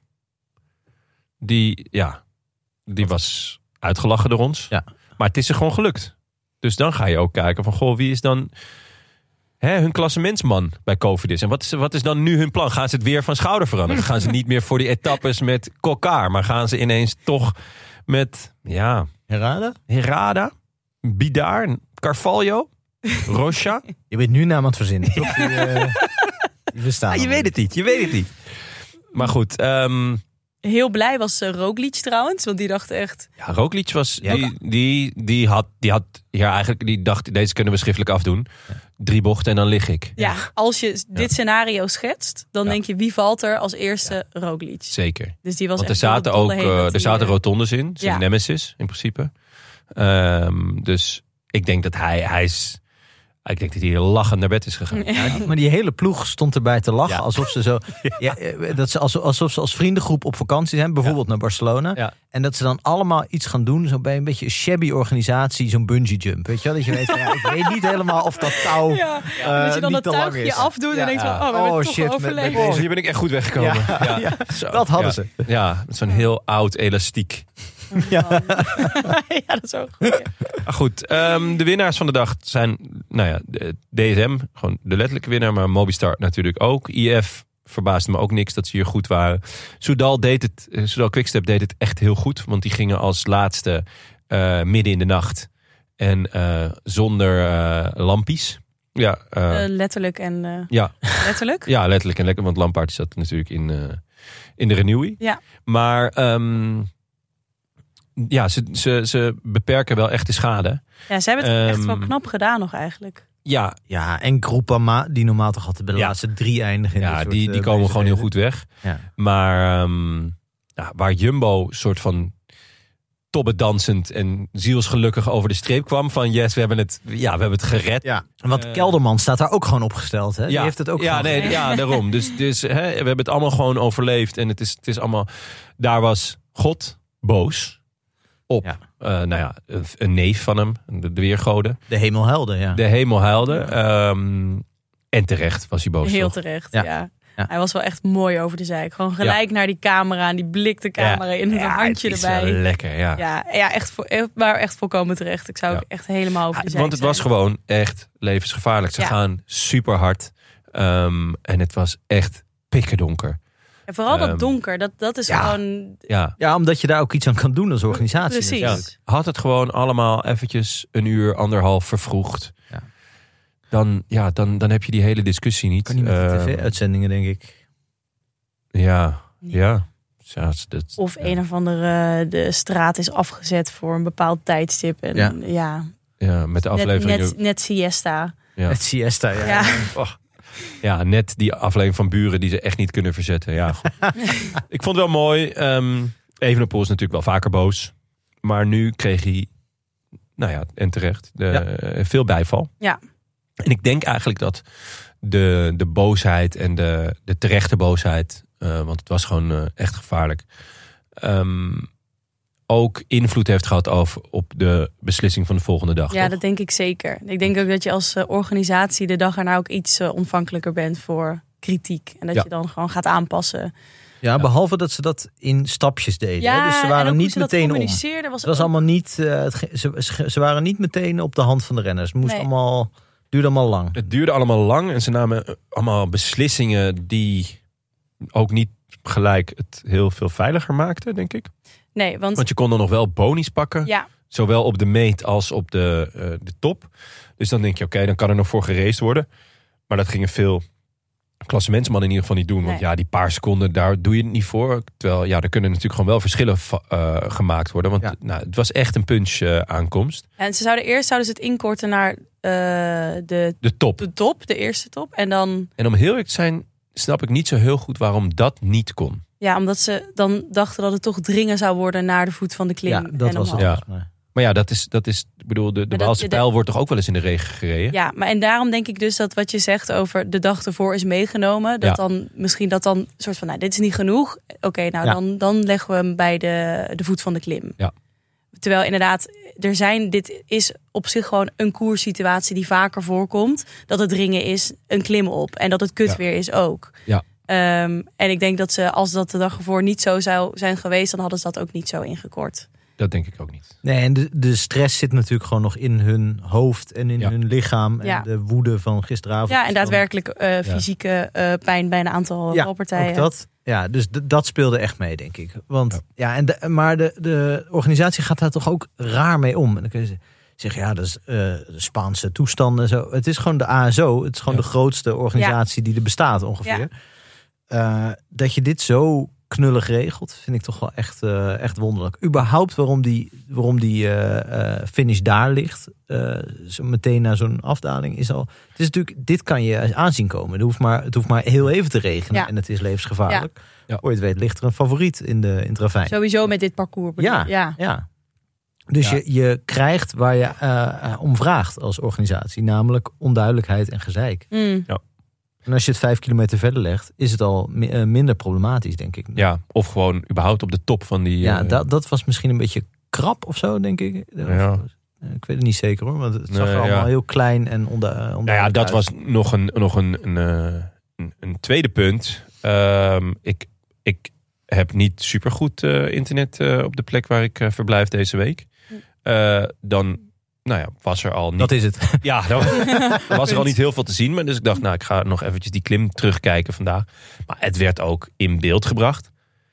S3: die, ja, die was uitgelachen door ons.
S4: Ja.
S3: Maar het is er gewoon gelukt. Dus dan ga je ook kijken van, goh, wie is dan hè, hun klassementsman bij Cofidis? En wat is, wat is dan nu hun plan? Gaan ze het weer van schouder veranderen? Gaan ze niet meer voor die etappes met Coquard, maar gaan ze ineens toch met, ja...
S4: Herada?
S3: Herada, Bidar, Carvalho, Rocha.
S4: Je bent nu naam aan het verzinnen, toch? Die, uh, die bestaan
S3: Ja, je weet het niet, je weet het niet. Maar goed, um,
S6: Heel blij was uh, Roglic trouwens, want die dacht echt...
S3: ja, Roglic was,
S4: Ja.
S3: die, die, die had, die had ja, eigenlijk, die dacht, deze kunnen we schriftelijk afdoen. Drie bochten en dan lig ik.
S6: Ja, als je dit scenario schetst, dan
S3: Ja.
S6: denk je wie valt er als eerste Roglic.
S3: Zeker.
S6: Dus die was
S3: Want er
S6: echt door
S3: zaten
S6: de
S3: ook
S6: dolle heen
S3: uh,
S6: dat
S3: er
S6: hij,
S3: zaten
S6: uh,
S3: rotondes in, zijn
S6: ja.
S3: nemesis in principe. Um, dus ik denk dat hij, hij is, ik denk dat hij lachend naar bed is gegaan.
S6: Ja.
S4: Ja, maar die hele ploeg stond erbij te lachen.
S3: Ja.
S4: Alsof ze zo. Ja, dat ze alsof, alsof ze als vriendengroep op vakantie zijn. Bijvoorbeeld naar Barcelona.
S3: Ja.
S4: En dat ze dan allemaal iets gaan doen. Zo bij een beetje een shabby organisatie. Zo'n bungee jump. Weet je wel? Dat je weet van, ja, ik weet niet helemaal of dat touw.
S6: Ja,
S4: eh,
S6: dat je dan
S4: niet
S6: dat
S4: te lang
S6: tuigje
S4: is.
S6: afdoet
S4: Ja.
S6: en denkt van,
S3: Ja.
S6: oh, we hebben
S4: Oh,
S6: het toch
S4: shit, met-
S6: overleefd.
S4: met
S3: Oh, hier ben ik echt goed weggekomen.
S4: Ja.
S3: Ja.
S4: Ja.
S3: Zo.
S4: Dat hadden
S3: Ja.
S4: ze.
S3: Ja, zo'n heel oud elastiek.
S6: Ja. Ja, dat is ook goed.
S3: Maar goed, um, de winnaars van de dag zijn, nou ja, de D S M, gewoon de letterlijke winnaar, maar Mobistar natuurlijk ook. I F verbaasde me ook niks dat ze hier goed waren. Soudal deed het, uh, Soudal Quickstep deed het echt heel goed, want die gingen als laatste uh, midden in de nacht en uh, zonder uh, lampies. Ja, uh,
S6: Uh, letterlijk en uh,
S3: ja.
S6: letterlijk.
S3: ja, letterlijk en lekker, want Lampaard zat natuurlijk in, uh, in de Renewy.
S6: Ja.
S3: Maar um, ja, ze, ze, ze beperken wel echt de schade.
S6: Ja, ze hebben het echt
S3: Ehm,
S6: wel knap gedaan nog eigenlijk.
S3: Ja,
S4: Ja, en Groupama, die normaal toch altijd bij de
S3: Ja.
S4: laatste drie eindigen. in
S3: ja
S4: dit soort,
S3: die, die
S4: uh,
S3: komen gewoon heel
S4: bezigheden.
S3: goed weg.
S4: Ja.
S3: Maar um, ja, waar Jumbo soort van tobbedansend en zielsgelukkig over de streep kwam van yes, we hebben het, ja, we hebben het gered.
S4: Ja, want
S3: Uh,
S4: Kelderman staat daar ook gewoon opgesteld. Hè? Die heeft het ook
S3: ja,
S4: gewoon
S3: nee, ja, daarom. Dus, dus hè, we hebben het allemaal gewoon overleefd. En het is, het is allemaal... Daar was God boos op
S4: Ja.
S3: uh, nou ja, een, een neef van hem, de, de weergoden.
S4: de hemelhelden. Ja.
S3: De hemel huilde. Um, en terecht was hij boos.
S6: Heel
S3: toch?
S6: terecht,
S4: Ja.
S6: ja.
S4: Ja.
S6: Hij was wel echt mooi over de zijk. Gewoon gelijk naar die camera en die blik de camera in en een handje
S3: het is
S6: erbij.
S3: wel lekker, ja.
S6: Ja, ja echt, vo- echt, maar echt volkomen terecht. Ik zou
S3: Ja.
S6: ook echt helemaal over de
S3: Ja,
S6: zijk
S3: want het was
S6: zijn.
S3: gewoon echt levensgevaarlijk. Ze
S6: Ja.
S3: gaan super hard. Um, en het was echt pikkerdonker.
S6: En vooral dat
S3: Ehm,
S6: donker, dat, dat is
S3: ja.
S6: gewoon...
S3: Ja.
S4: Ja, omdat je daar ook iets aan kan doen als organisatie.
S6: Precies.
S3: Ja,
S4: natuurlijk.
S3: had het gewoon allemaal eventjes een uur, anderhalf vervroegd.
S4: Ja.
S3: Dan, ja, dan, dan heb je die hele discussie niet.
S4: Kan niet met de
S3: Ehm,
S4: tv-uitzendingen, denk ik.
S3: Ja, ja. Ja, dat,
S6: Of
S3: ja.
S6: een of andere, de straat is afgezet voor een bepaald tijdstip. En
S4: Ja.
S6: ja,
S3: Ja, met de
S6: net,
S3: aflevering.
S6: net, net siesta.
S3: ja.
S4: Het siesta, ja.
S6: Ja.
S3: Oh. Ja, net die aflevering van Buren die ze echt niet kunnen verzetten. Ja, goed. Ik vond het wel mooi. Um, Evenepoel is natuurlijk wel vaker boos. Maar nu kreeg hij, nou ja, en terecht. De,
S4: Ja.
S3: uh, veel bijval.
S6: Ja.
S3: En ik denk eigenlijk dat de, de boosheid en de, de terechte boosheid, uh, want het was gewoon uh, echt gevaarlijk, um, ook invloed heeft gehad over, op de beslissing van de volgende dag.
S6: Ja,
S3: toch?
S6: dat denk ik zeker. Ik denk ook dat je als uh, organisatie de dag erna ook iets uh, ontvankelijker bent voor kritiek. En dat
S3: Ja.
S6: je dan gewoon gaat aanpassen.
S4: Ja, behalve dat ze dat in stapjes deden. hè? Dus ze
S6: en
S4: waren
S6: ook
S4: niet
S6: hoe ze dat
S4: meteen om.
S6: communiceerden Was
S4: Het was
S6: ook-
S4: allemaal niet. Uh, het, ge- ze, ze, ze waren niet meteen op de hand van de renners. Het moest
S6: Nee.
S4: allemaal. Duurde allemaal lang.
S3: Het duurde allemaal lang en ze namen allemaal beslissingen die ook niet gelijk het heel veel veiliger maakten, denk ik.
S6: Nee, want,
S3: Want je kon dan nog wel bonies pakken.
S6: ja,
S3: Zowel op de meet als op de, uh, de top. Dus dan denk je, oké, okay, dan kan er nog voor geraced worden. Maar dat gingen veel klassementsmannen in ieder geval niet doen. Want
S6: Nee.
S3: ja, die paar seconden, daar doe je het niet voor. Terwijl, ja, er kunnen natuurlijk gewoon wel verschillen uh, gemaakt worden. Want
S4: Ja.
S3: nou, het was echt een punch uh, aankomst.
S6: en ze zouden eerst zouden ze het inkorten naar uh, de,
S3: De top.
S6: de top, de eerste top. En dan,
S3: En om heel eerlijk te zijn, snap ik niet zo heel goed waarom dat niet kon.
S6: ja, omdat ze dan dachten dat het toch dringen zou worden naar de voet van de klim.
S4: Ja, dat
S6: en
S4: was het.
S6: omhoog.
S3: Ja.
S4: volgens mij.
S3: Maar ja, dat is, dat is ik bedoel, de, de
S6: Maar dat-
S3: Waalse
S6: de-
S3: pijl wordt toch ook wel eens in de regen gereden?
S6: Ja, maar en daarom denk ik dus dat wat je zegt over de dag ervoor is meegenomen. Dat
S3: Ja.
S6: dan misschien dat dan een soort van, nou, dit is niet genoeg. Oké, nou
S4: Ja.
S6: dan, dan leggen we hem bij de, de voet van de klim.
S3: Ja.
S6: Terwijl inderdaad, er zijn, dit is op zich gewoon een koerssituatie die vaker voorkomt. Dat het ringen is een klim op. En dat het kut
S3: Ja.
S6: weer is ook.
S3: Ja.
S6: Um, en ik denk dat ze, als dat de dag ervoor niet zo zou zijn geweest, dan hadden ze dat ook niet zo ingekort.
S3: Dat denk ik ook niet.
S4: Nee, en de, de stress zit natuurlijk gewoon nog in hun hoofd en in
S3: Ja.
S4: hun lichaam. En
S6: Ja.
S4: de woede van gisteravond.
S6: Ja, en
S4: is dan-
S6: daadwerkelijk uh, fysieke uh, pijn bij een aantal
S4: Ja,
S6: valpartijen.
S4: ook dat. Ja, dus d- dat speelde echt mee, denk ik. Want ja, en de, maar de, de organisatie gaat daar toch ook raar mee om. En dan kun je zeggen, ja, dat is uh, de Spaanse toestanden. Zo. Het is gewoon de A S O. Het is gewoon
S3: Ja.
S4: de grootste organisatie die er bestaat ongeveer.
S6: Ja.
S4: Uh, dat je dit zo knullig regelt, vind ik toch wel echt, uh, echt wonderlijk. Überhaupt waarom die, waarom die uh, uh, finish daar ligt, uh, zo meteen na zo'n afdaling, is al. Het is natuurlijk, dit kan je aanzien komen. Het hoeft maar, het hoeft maar heel even te regenen
S6: Ja.
S4: en het is levensgevaarlijk.
S3: Ja.
S4: Voor je het weet ligt er een favoriet in, de, in het ravijn.
S6: Sowieso met dit parcours. bedoel-
S4: Ja,
S6: ja.
S4: ja. Dus
S3: Ja.
S4: Je, je krijgt waar je uh, om vraagt als organisatie, namelijk onduidelijkheid en gezeik.
S6: Mm.
S4: En als je het vijf kilometer verder legt, is het al mi- uh, minder problematisch, denk ik.
S3: Ja, of gewoon überhaupt op de top van die...
S4: Ja,
S3: uh,
S4: dat, dat was misschien een beetje krap of zo, denk ik.
S3: Ja.
S4: Ik weet het niet zeker hoor, want het zag
S3: Nee,
S4: er allemaal
S3: ja.
S4: heel klein en onder.
S3: Nou ja, dat was nog een, nog een, een, uh, een, een tweede punt. Um, ik, ik heb niet supergoed uh, internet uh, op de plek waar ik uh, verblijf deze week. Uh, dan nou ja, was er al niet...
S4: Dat is het.
S3: Ja, dan was er al niet heel veel te zien. Maar dus ik dacht, nou, ik ga nog eventjes die klim terugkijken vandaag. Maar het werd ook in beeld gebracht.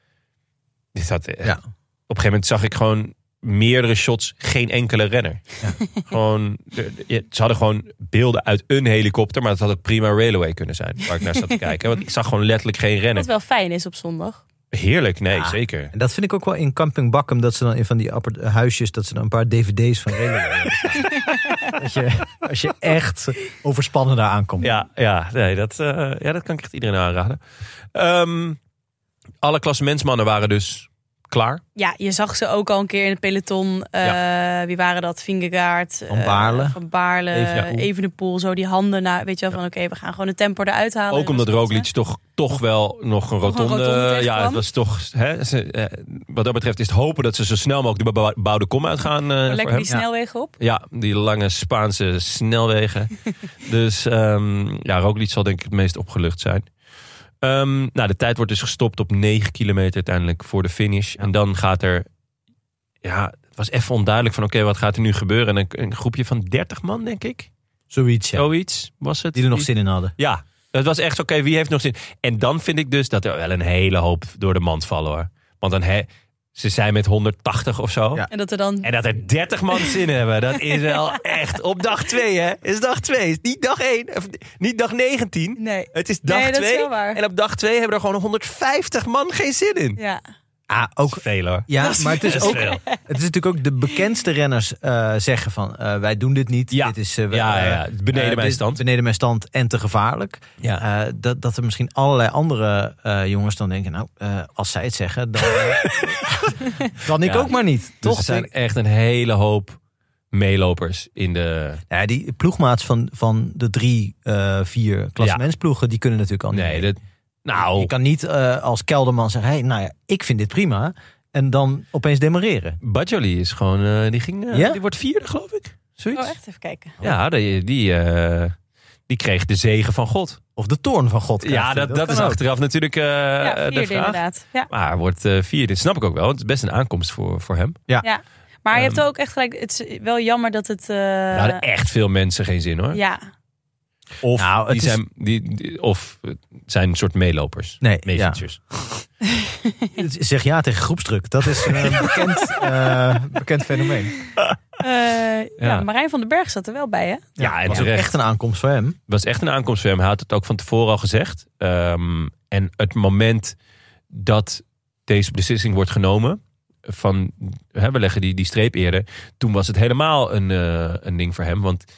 S3: Dit had,
S4: Ja.
S3: Op een gegeven moment zag ik gewoon meerdere shots, geen enkele renner.
S4: Ja.
S3: Gewoon, de- de- ze hadden gewoon beelden uit een helikopter, maar het had ook prima railway kunnen zijn, waar ik naar zat te kijken. Want ik zag gewoon letterlijk geen renner.
S6: Wat wel fijn is op zondag.
S3: Heerlijk, nee,
S4: Ja.
S3: zeker.
S4: En dat vind ik ook wel in Camping Bakkum, dat ze dan in van die appart- huisjes, dat ze dan een paar dvd's van Railway hebben staan. Dat je, als je echt overspannen daar aankomt.
S3: Ja, ja, nee, dat, uh, ja, dat kan ik echt iedereen aanraden. Um, alle klassementsmannen waren dus klaar.
S6: Ja, je zag ze ook al een keer in het peloton. Uh, Wie waren dat? Vingegaard.
S4: Van Baarle.
S6: Uh, van Baarle.
S4: Evenepoel.
S6: Evenepoel. Zo die handen naar. Weet je wel, van oké, okay, we gaan gewoon de tempo eruit halen.
S3: Ook omdat Roglic toch, toch wel nog een rotonde...
S6: een rotonde
S3: ja,
S6: tegenkwam.
S3: het was toch... Hè, ze, eh, wat dat betreft is het hopen dat ze zo snel mogelijk de bebou- bebouwde kom uitgaan. Uh, voor
S6: lekker
S3: hem.
S6: die snelwegen op.
S3: Ja, die lange Spaanse snelwegen. Dus um, ja, Roglic zal denk ik het meest opgelucht zijn. Um, nou, de tijd wordt dus gestopt op negen kilometer uiteindelijk voor de finish.
S4: Ja.
S3: En dan gaat er... Ja, het was even onduidelijk van oké, okay, wat gaat er nu gebeuren? En een, een groepje van dertig man, denk ik.
S4: Zoiets, ja.
S3: Zoiets was het.
S4: Die er nog zin in hadden.
S3: Ja, het was echt oké, okay, wie heeft nog zin? En dan vind ik dus dat er wel een hele hoop door de mand vallen hoor. Want dan he, ze zijn met honderdtachtig of zo.
S4: Ja.
S6: En dat er dan...
S3: En dat er dertig man zin hebben, dat is wel echt op dag twee, hè? Is dag twee, is niet dag één, of niet dag negentien.
S6: Nee.
S3: Het is dag
S6: Nee, dat is
S3: twee.
S6: wel waar.
S3: En op dag twee hebben er gewoon honderdvijftig man geen zin in.
S6: Ja.
S4: Ah, ook
S3: Veel hoor.
S4: Ja,
S6: Dat is
S4: maar het is,
S3: best
S4: ook,
S3: veel.
S4: het is natuurlijk ook de bekendste renners uh, zeggen van uh, wij doen dit niet.
S3: Ja.
S4: Dit is uh,
S3: Ja, ja, ja. Beneden
S4: uh,
S3: mijn
S4: dit-
S3: stand.
S4: Beneden mijn stand en te gevaarlijk.
S3: Ja.
S4: Uh, dat, dat er misschien allerlei andere uh, jongens dan denken, nou, uh, als zij het zeggen, dan, uh, dan ik
S3: Ja.
S4: ook maar niet.
S3: Dus
S4: Toch?
S3: er zijn echt een hele hoop meelopers in de...
S4: Ja, die ploegmaats van, van de drie, uh, vier klassementsploegen, die kunnen natuurlijk al niet
S3: Nee,
S4: mee.
S3: dat, nou...
S4: Je kan niet uh, als kelderman zeggen, hey, nou ja, ik vind dit prima. En dan opeens demareren.
S3: Bajoli is gewoon... Uh, die, ging, uh,
S4: Ja?
S3: die wordt vierde, geloof ik. Zoiets.
S6: Oh, echt even kijken.
S3: Ja, die, die, uh, die kreeg de zegen van God.
S4: Of de toorn van God.
S3: Ja,
S4: hij.
S3: dat, dat, dat
S4: kan
S3: is
S4: ook.
S3: achteraf natuurlijk uh,
S6: Ja,
S3: de
S6: vierde
S3: vraag.
S6: inderdaad. Ja.
S3: Maar hij wordt uh, vierde. Dat snap ik ook wel. Het is best een aankomst voor, voor hem.
S6: ja. Maar je
S3: Um,
S6: hebt ook echt gelijk, het is wel jammer dat het... Uh,
S3: Daar hadden echt veel mensen geen zin, hoor.
S6: ja,
S3: Of,
S4: Nou, het
S3: die
S4: is-
S3: zijn, die, die- of het zijn een soort meelopers.
S4: Nee,
S3: Meefietsers.
S4: Zeg ja tegen groepsdruk. Dat is een bekend, uh, bekend fenomeen.
S6: uh, ja.
S3: Ja.
S6: Marijn van den Berg zat er wel bij, hè?
S3: Ja, en
S4: dat was ook
S3: terecht.
S4: echt een aankomst voor hem.
S3: Het was echt een aankomst voor hem. Hij had het ook van tevoren al gezegd. Um, en het moment dat deze beslissing wordt genomen... van hè, we leggen die, die streep eerder... toen was het helemaal een, uh, een ding voor hem. Want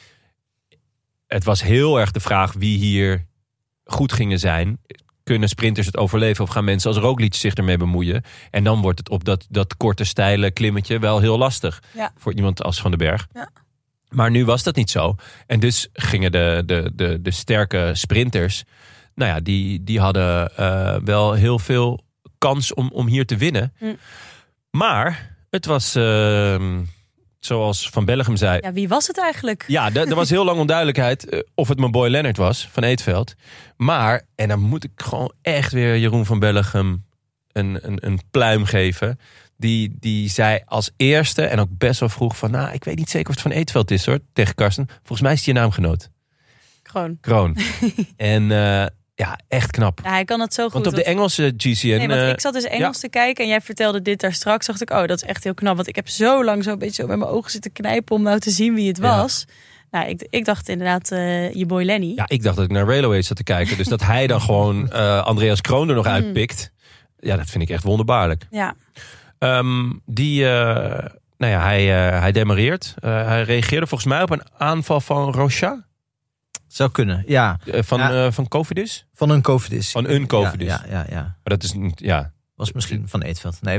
S3: het was heel erg de vraag wie hier goed gingen zijn. Kunnen sprinters het overleven of gaan mensen als Roglic zich ermee bemoeien? En dan wordt het op dat, dat korte, steile klimmetje wel heel lastig.
S6: Ja.
S3: Voor iemand als Van den Berg.
S6: Ja.
S3: Maar nu was dat niet zo. En dus gingen de, de, de, de sterke sprinters... nou ja, die, die hadden uh, wel heel veel kans om, om hier te winnen.
S6: Mm.
S3: Maar het was, uh, zoals Van Bellegem zei...
S6: Ja, wie was het eigenlijk?
S3: Ja, d- er was heel lang onduidelijkheid uh, of het mijn boy Lennart was, van Eetveld. Maar, en dan moet ik gewoon echt weer Jeroen van Bellegem een, een, een pluim geven. Die, die zei als eerste, en ook best wel vroeg van... nou, ik weet niet zeker of het van Eetveld is, hoor, tegen Karsten. Volgens mij is het je naamgenoot.
S6: Gewoon.
S3: Kroon. En uh, ja, echt knap.
S6: Ja, hij kan het zo goed.
S3: Want op de Engelse G C N...
S6: Nee, want
S3: uh,
S6: ik zat dus Engels
S3: ja.
S6: te kijken en jij vertelde dit daar straks. Dacht ik, oh, dat is echt heel knap. Want ik heb zo lang zo een beetje zo met mijn ogen zitten knijpen om nou te zien wie het
S3: Ja.
S6: was. Nou, ik, ik dacht inderdaad uh, je boy Lenny.
S3: Ja, ik dacht dat ik naar Railways zat te kijken. Dus dat hij dan gewoon uh, Andreas Kroon er nog uitpikt. Ja, dat vind ik echt wonderbaarlijk.
S6: Ja.
S3: Um, die, uh, nou ja, hij, uh, hij demareert. Uh, hij reageerde volgens mij op een aanval van Rocha.
S4: Zou kunnen, ja.
S3: Uh, van,
S4: Ja.
S3: uh, van Cofidis.
S4: Van een Cofidis.
S3: Van een Cofidis.
S4: Ja, ja, ja, ja.
S3: Maar dat is, niet- ja.
S4: Was misschien van Eetveld. Nee,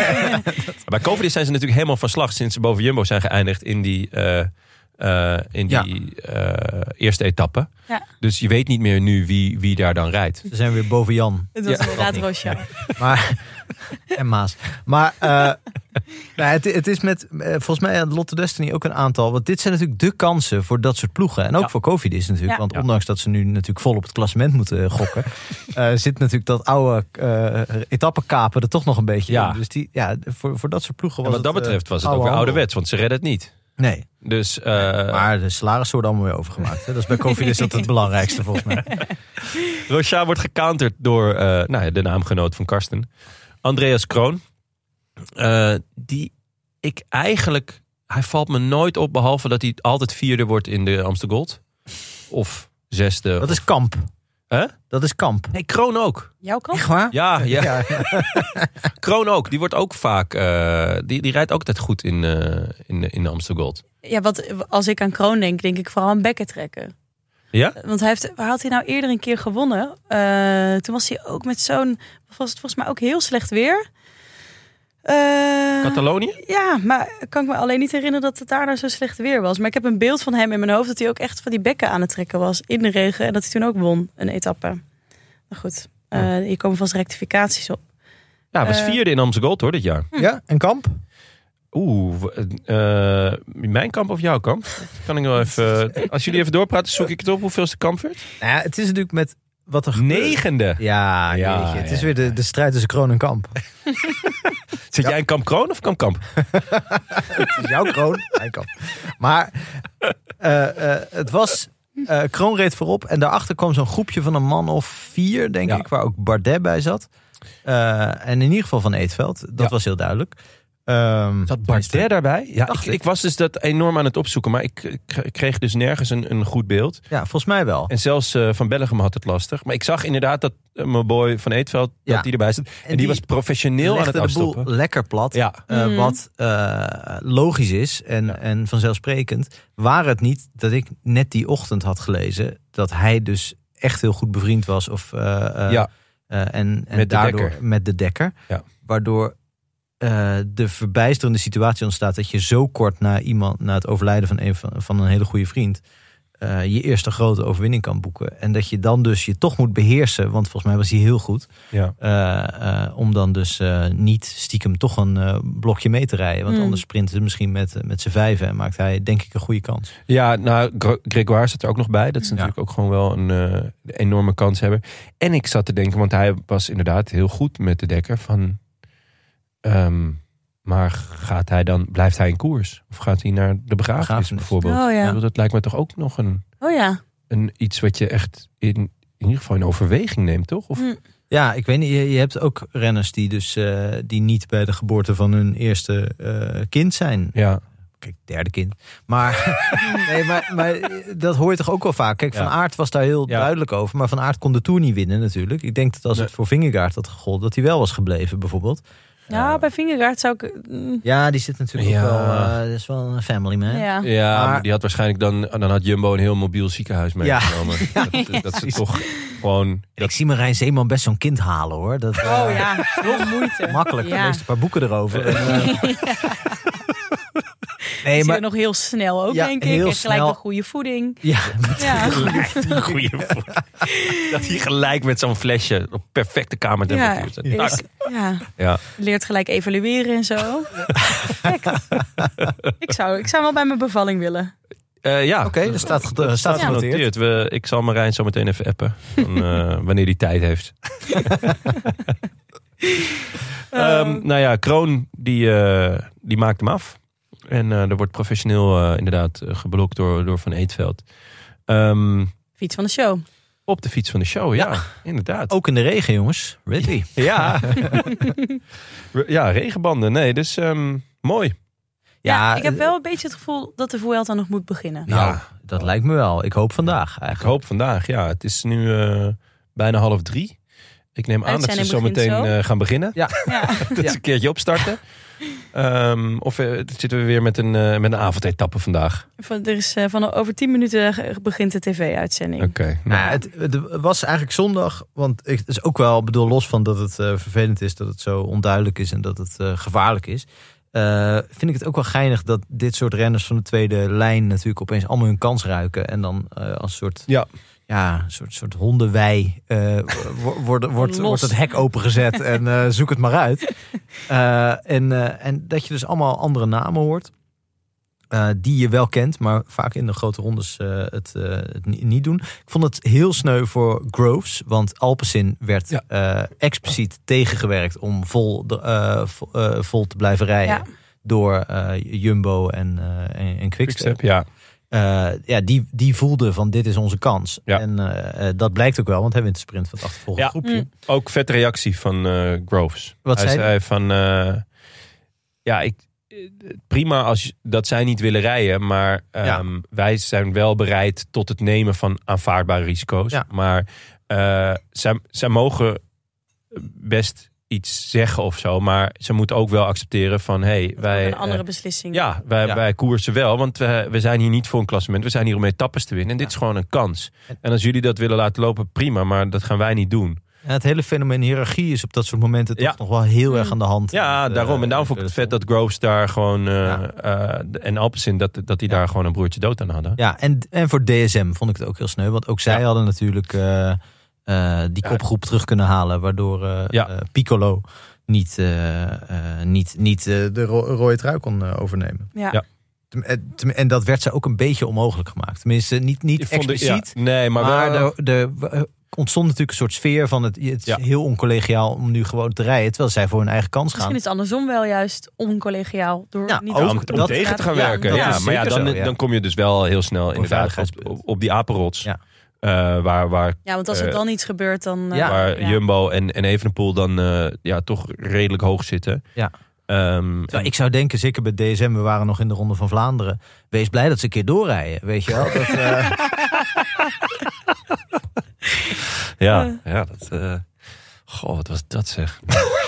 S3: Bij Cofidis zijn ze natuurlijk helemaal van slag sinds ze boven Jumbo zijn geëindigd in die, uh, uh, in die uh, eerste etappe.
S6: Ja.
S3: Dus je weet niet meer nu wie, wie daar dan rijdt.
S4: ze zijn weer boven Jan.
S6: Het was
S3: Ja.
S6: inderdaad Rocha.
S4: Maar, en Maas. Maar uh, nou, het, het is met, uh, volgens mij had Lotte Destiny ook een aantal. Want dit zijn natuurlijk de kansen voor dat soort ploegen. En ook
S3: Ja.
S4: voor Cofidis natuurlijk.
S6: Ja.
S4: Want
S3: Ja.
S4: ondanks dat ze nu natuurlijk vol op het klassement moeten gokken. uh, zit natuurlijk dat oude uh, etappekapen er toch nog een beetje
S3: Ja.
S4: in. Dus die, ja, voor, voor dat soort ploegen
S3: En
S4: was
S3: wat dat
S4: het, uh,
S3: betreft was het ook
S4: oude
S3: weer
S4: handel.
S3: ouderwets. Want ze redden het niet.
S4: Nee,
S3: Dus, uh,
S4: maar de salarissen worden allemaal weer overgemaakt. Hè? Dat is bij Cofidis dat het belangrijkste volgens mij.
S3: Rocha wordt gecounterd door uh, nou ja, de naamgenoot van Karsten. Andreas Kroon. Uh, die ik eigenlijk... Hij valt me nooit op, behalve dat hij altijd vierde wordt in de Amstel Gold. Of zesde.
S4: Dat
S3: of-
S4: is Kamp.
S3: Hè?
S4: Dat is Kamp.
S3: Nee, Kroon ook.
S6: Jouw kant?
S4: Echt waar?
S3: Ja, ja.
S4: Ja.
S3: Kroon ook. Die wordt ook vaak... Uh, die, die rijdt ook altijd goed in, uh, in, de- in de Amstel Gold.
S6: Ja, wat, als ik aan Kroon denk, denk ik vooral aan bekken trekken.
S3: Ja?
S6: Want hij heeft, waar had hij nou eerder een keer gewonnen? Uh, toen was hij ook met zo'n, was het volgens mij ook heel slecht weer. Uh,
S3: Catalonië?
S6: Ja, maar kan ik me alleen niet herinneren dat het daar nou zo slecht weer was. Maar ik heb een beeld van hem in mijn hoofd dat hij ook echt van die bekken aan het trekken was in de regen. En dat hij toen ook won, een etappe. Maar goed, uh, hier komen vast rectificaties op.
S3: Ja, hij was
S6: Uh,
S3: vierde in Amstel Gold hoor, dit jaar.
S4: Ja, en Kamp?
S3: Oeh, uh, mijn kamp of jouw kamp? Kan ik wel even... Als jullie even doorpraten, zoek ik het op. Hoeveelste kamp werd?
S4: Nou ja, het is natuurlijk met wat er gebeurt.
S3: Negende.
S4: Ja,
S3: Ja,
S4: jeetje. Het
S3: ja,
S4: is weer de, de strijd tussen Kroon en Kamp.
S3: Zit jij in kamp Kroon of kamp Kamp?
S4: Het is jouw Kroon, mijn Kamp. Maar uh, uh, het was... Uh, Kroon reed voorop en daarachter kwam zo'n groepje van een man of vier, denk
S3: Ja.
S4: ik, waar ook Bardet bij zat. Uh, en in ieder geval van Eetveld. Dat
S3: Ja.
S4: was heel duidelijk. Um,
S3: Zat Bardet daarbij? Ja,
S4: Dacht
S3: ik,
S4: ik.
S3: ik was dus dat enorm aan het opzoeken, maar ik, ik kreeg dus nergens een, een goed beeld.
S4: Ja, volgens mij wel.
S3: En zelfs uh, Van Bellegem had het lastig. Maar ik zag inderdaad dat uh, mijn boy van Eetveld,
S4: Ja.
S3: dat die erbij zat. En,
S4: En
S3: die,
S4: die
S3: was professioneel aan het
S4: legde de boel
S3: afstoppen.
S4: lekker plat.
S3: Ja,
S4: Uh,
S6: Mhm.
S4: Wat uh, logisch is en,
S3: Ja.
S4: en vanzelfsprekend. Waar het niet dat ik net die ochtend had gelezen dat hij dus echt heel goed bevriend was. Of, uh, uh,
S3: Ja.
S4: uh, en en
S3: Met de
S4: daardoor
S3: Dekker.
S4: met de Dekker.
S3: Ja.
S4: Waardoor uh, de verbijsterende situatie ontstaat dat je zo kort na iemand, na het overlijden van een, van, van een hele goede vriend, Uh, je eerste grote overwinning kan boeken. En dat je dan dus je toch moet beheersen. Want volgens mij was hij heel goed.
S3: Ja.
S4: Uh, uh, om dan dus uh, niet stiekem toch een uh, blokje mee te rijden. Want mm. anders sprinten ze misschien met, met z'n vijven. En maakt hij denk ik een goede kans.
S3: Ja, nou Grégoire zat er ook nog bij. Dat is natuurlijk ja. ook gewoon wel een uh, enorme kans hebben. En ik zat te denken, want hij was inderdaad heel goed met de Dekker. Van, um, maar gaat hij dan, blijft hij in koers? Of gaat hij naar de begrafenis, begrafenis. bijvoorbeeld?
S6: Oh, ja.
S3: Ja, dat lijkt me toch ook nog een,
S6: oh, ja.
S3: een iets wat je echt in, in ieder geval in overweging neemt, toch? Of...
S6: Mm.
S4: Ja, ik weet niet. Je, je hebt ook renners die dus uh, die niet bij de geboorte van hun eerste uh, kind zijn.
S3: Ja.
S4: Kijk, derde kind. Maar, nee, maar, maar dat hoor je toch ook wel vaak. Kijk, Van ja. Aert was daar heel ja. duidelijk over. Maar Van Aert kon de Tour niet winnen natuurlijk. Ik denk dat als nee. het voor Vingegaard had gegolden, dat hij wel was gebleven bijvoorbeeld.
S6: Ja, uh, bij Vingegaard zou ik... Mm.
S4: Ja, die zit natuurlijk ja. ook wel... Uh, dat is wel een family man.
S6: Ja,
S3: ja maar, maar die had waarschijnlijk dan... Dan had Jumbo een heel mobiel ziekenhuis meegenomen. Ja. Ja. Dat, dat is toch gewoon... Dat...
S4: Ik zie Marijn Zeeman best zo'n kind halen, hoor. Dat,
S6: uh, oh ja, heel moeite.
S4: Makkelijk, ja. leest een paar boeken erover. En, uh...
S6: ja. Nee, maar nog heel snel ook, ja, denk ik. En gelijk snel. Een goede voeding.
S4: Ja,
S6: ja.
S3: Een goede voeding. Dat hij gelijk met zo'n flesje op perfecte kamertemperatuur
S6: ja, is, ja. ja. Leert gelijk evalueren en zo. Perfect. ik, zou, ik zou wel bij mijn bevalling willen.
S3: Uh, ja,
S4: oké, okay, dat staat, uh, staat genoteerd.
S3: We, ik zal Marijn zo meteen even appen. Dan, uh, wanneer hij tijd heeft. um, nou ja, Kroon die, uh, die maakt hem af. En uh, er wordt professioneel uh, inderdaad uh, geblokt door, door Van Eetveld. Um,
S6: fiets van de show.
S3: Op de fiets van de show, ja, ja. inderdaad.
S4: Ook in de regen, jongens. Ready.
S3: ja. ja, regenbanden. Nee, dus um, mooi.
S6: Ja, ja, ik heb wel een beetje het gevoel dat de Vuelta nog moet beginnen.
S4: Nou, ja. dat lijkt me wel. Ik hoop vandaag eigenlijk.
S3: Ik hoop vandaag, ja. Het is nu uh, bijna half drie. Ik neem aan dat ze zo meteen zo. Uh, gaan beginnen.
S4: Ja.
S3: ja. dat is een keertje opstarten. Um, of uh, zitten we weer met een, uh, met een avondetappe vandaag?
S6: Van, er is, uh, van over tien minuten begint de tv-uitzending.
S3: Oké. Okay,
S4: nou. nou, het, het was eigenlijk zondag. Want het is ook wel, bedoel, los van dat het uh, vervelend is, dat het zo onduidelijk is en dat het uh, gevaarlijk is. Uh, vind ik het ook wel geinig dat dit soort renners van de tweede lijn natuurlijk opeens allemaal hun kans ruiken. En dan uh, als soort...
S3: Ja.
S4: Ja, een soort, soort hondenwei uh, wordt, wordt, wordt het hek opengezet en uh, zoek het maar uit. Uh, en, uh, en dat je dus allemaal andere namen hoort. Uh, die je wel kent, maar vaak in de grote rondes uh, het, uh, het niet doen. Ik vond het heel sneu voor Groves, want Alpecin werd ja. uh, expliciet tegengewerkt om vol, de, uh, vol, uh, vol te blijven rijden. Ja. Door uh, Jumbo en, uh, en, en Quickstep.
S3: Ja.
S4: Uh, ja, die, die voelde van dit is onze kans. Ja. En uh, dat blijkt ook wel, want hij wint de sprint van het achtervolgende ja. groepje.
S3: Mm. Ook vet reactie van uh, Groves.
S4: Wat
S3: hij
S4: zei
S3: zei van... Uh, ja, ik, prima als dat zij niet willen rijden, maar um, ja. wij zijn wel bereid tot het nemen van aanvaardbare risico's. Ja. Maar uh, zij, zij mogen best iets zeggen of zo, maar ze moeten ook wel accepteren van hey, wij
S6: een andere
S3: uh,
S6: beslissing.
S3: Ja, wij, ja. wij koersen wel, want we, we zijn hier niet voor een klassement, we zijn hier om etappes te winnen en dit ja. is gewoon een kans. En als jullie dat willen laten lopen, prima, maar dat gaan wij niet doen.
S4: Ja, het hele fenomeen hiërarchie is op dat soort momenten toch ja. nog wel heel erg aan de hand.
S3: Ja, met, daarom. En daarom vond ik het vet dat Groves daar gewoon uh, ja. uh, en Alpecin dat, dat die ja. daar gewoon een broertje dood aan hadden.
S4: Ja, en, en voor D S M vond ik het ook heel sneu, want ook zij ja. hadden natuurlijk uh, uh, die kopgroep ja. terug kunnen halen, waardoor uh, ja. uh, Piccolo niet, uh, uh, niet, niet uh, de ro- rode trui kon uh, overnemen.
S6: Ja. ja.
S4: En dat werd ze ook een beetje onmogelijk gemaakt. Tenminste, niet, niet expliciet.
S3: Ja, nee, maar,
S4: maar
S3: wel...
S4: de, de, ontstond natuurlijk een soort sfeer van het, het is ja. heel oncollegiaal om nu gewoon te rijden, terwijl zij voor hun eigen kans gaan.
S6: Misschien is het andersom wel juist oncollegiaal door
S3: ja,
S6: niet
S3: ook, om, om tegen te gaan ja, werken. Ja, ja, maar ja, dan,
S4: zo, ja.
S3: dan kom je dus wel heel snel inderdaad op, op die apenrots. Ja. Uh, waar, waar,
S6: ja, want als er uh, dan iets gebeurt, dan... Uh,
S3: ja. Waar ja. Jumbo en, en Evenepoel dan uh, ja, toch redelijk hoog zitten.
S4: Ja.
S3: Um,
S4: en... Ik zou denken, zeker bij D S M, we waren nog in de Ronde van Vlaanderen. Wees blij dat ze een keer doorrijden, weet je wel. Dat, uh...
S3: ja, ja, dat... Uh... Goh, wat was dat zeg.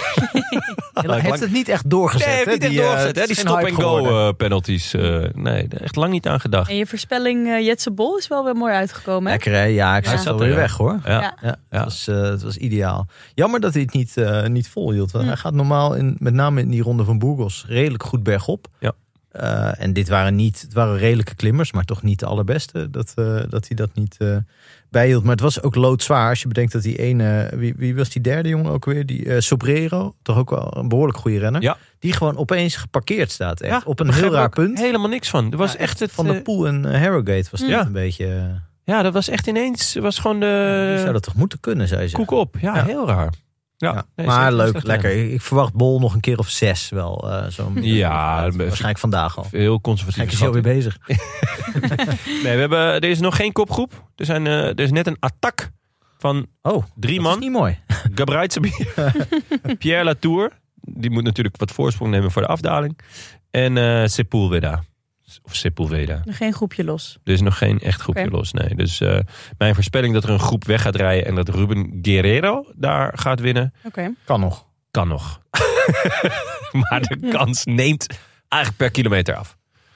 S4: Hij heeft het niet echt doorgezet.
S3: Nee,
S4: hè?
S3: niet echt
S4: Die, eh,
S3: doorgezet,
S4: het
S3: hè?
S4: is
S3: Die
S4: geen
S3: stop
S4: hype
S3: and go
S4: geworden.
S3: uh, penalties. Uh, nee, echt lang niet aan gedacht.
S6: En je voorspelling uh, Jetse Bol is wel weer mooi uitgekomen. Hè?
S4: Lekker hè? Ja, ik
S6: Ja.
S4: zat alweer
S3: Ja.
S4: weg hoor.
S3: Ja.
S6: Ja.
S4: Ja,
S3: Ja.
S4: Het, was, uh, het was ideaal. Jammer dat hij het niet, uh, niet volhield. Want
S6: Hm.
S4: hij gaat normaal, in, met name in die ronde van Burgos, redelijk goed bergop.
S3: Ja.
S4: Uh, en dit waren niet, het waren redelijke klimmers, maar toch niet de allerbeste. Dat, uh, dat hij dat niet uh, bijhield. Maar het was ook loodzwaar. Als je bedenkt dat die ene, wie, wie was die derde jongen ook weer? Die uh, Sobrero, toch ook wel een behoorlijk goede renner.
S3: Ja.
S4: Die gewoon opeens geparkeerd staat. Echt,
S3: Ja,
S4: op een
S3: begreep
S4: heel
S3: ik
S4: raar
S3: ook
S4: punt.
S3: Helemaal niks van. Er was
S4: Ja,
S3: echt het
S4: Van de
S3: uh,
S4: Poel en uh, Harrogate was dit
S3: Ja.
S4: een beetje. Uh,
S3: Ja, dat was echt ineens. Was gewoon
S4: die zou
S3: de
S4: dat toch moeten kunnen, zei ze.
S3: koek op. Ja,
S4: Ja.
S3: heel raar. Ja,
S4: Ja,
S3: nee,
S4: maar
S3: zeker
S4: leuk,
S3: slecht
S4: lekker.
S3: gedaan.
S4: Ik, ik verwacht Bol nog een keer of zes wel. Uh, zo
S3: Ja,
S4: waarschijnlijk vandaag al.
S3: Heel conservatief.
S4: Kijk, is hij alweer bezig.
S3: Nee, we hebben, er is nog geen kopgroep. Er, zijn, uh, er is net een attack van
S4: Oh,
S3: drie
S4: dat
S3: man.
S4: is niet mooi.
S3: Gabriel Pierre Latour. Die moet natuurlijk wat voorsprong nemen voor de afdaling. En uh, Sepulveda. Of Sepulveda.
S6: Nog geen groepje los.
S3: Er is nog geen echt groepje
S6: Oké.
S3: los. Nee. Dus uh, mijn voorspelling dat er een groep weg gaat rijden. En dat Ruben Guerrero daar gaat winnen.
S6: Oké. Okay.
S4: Kan nog.
S3: Kan nog. Maar de kans neemt eigenlijk per kilometer af.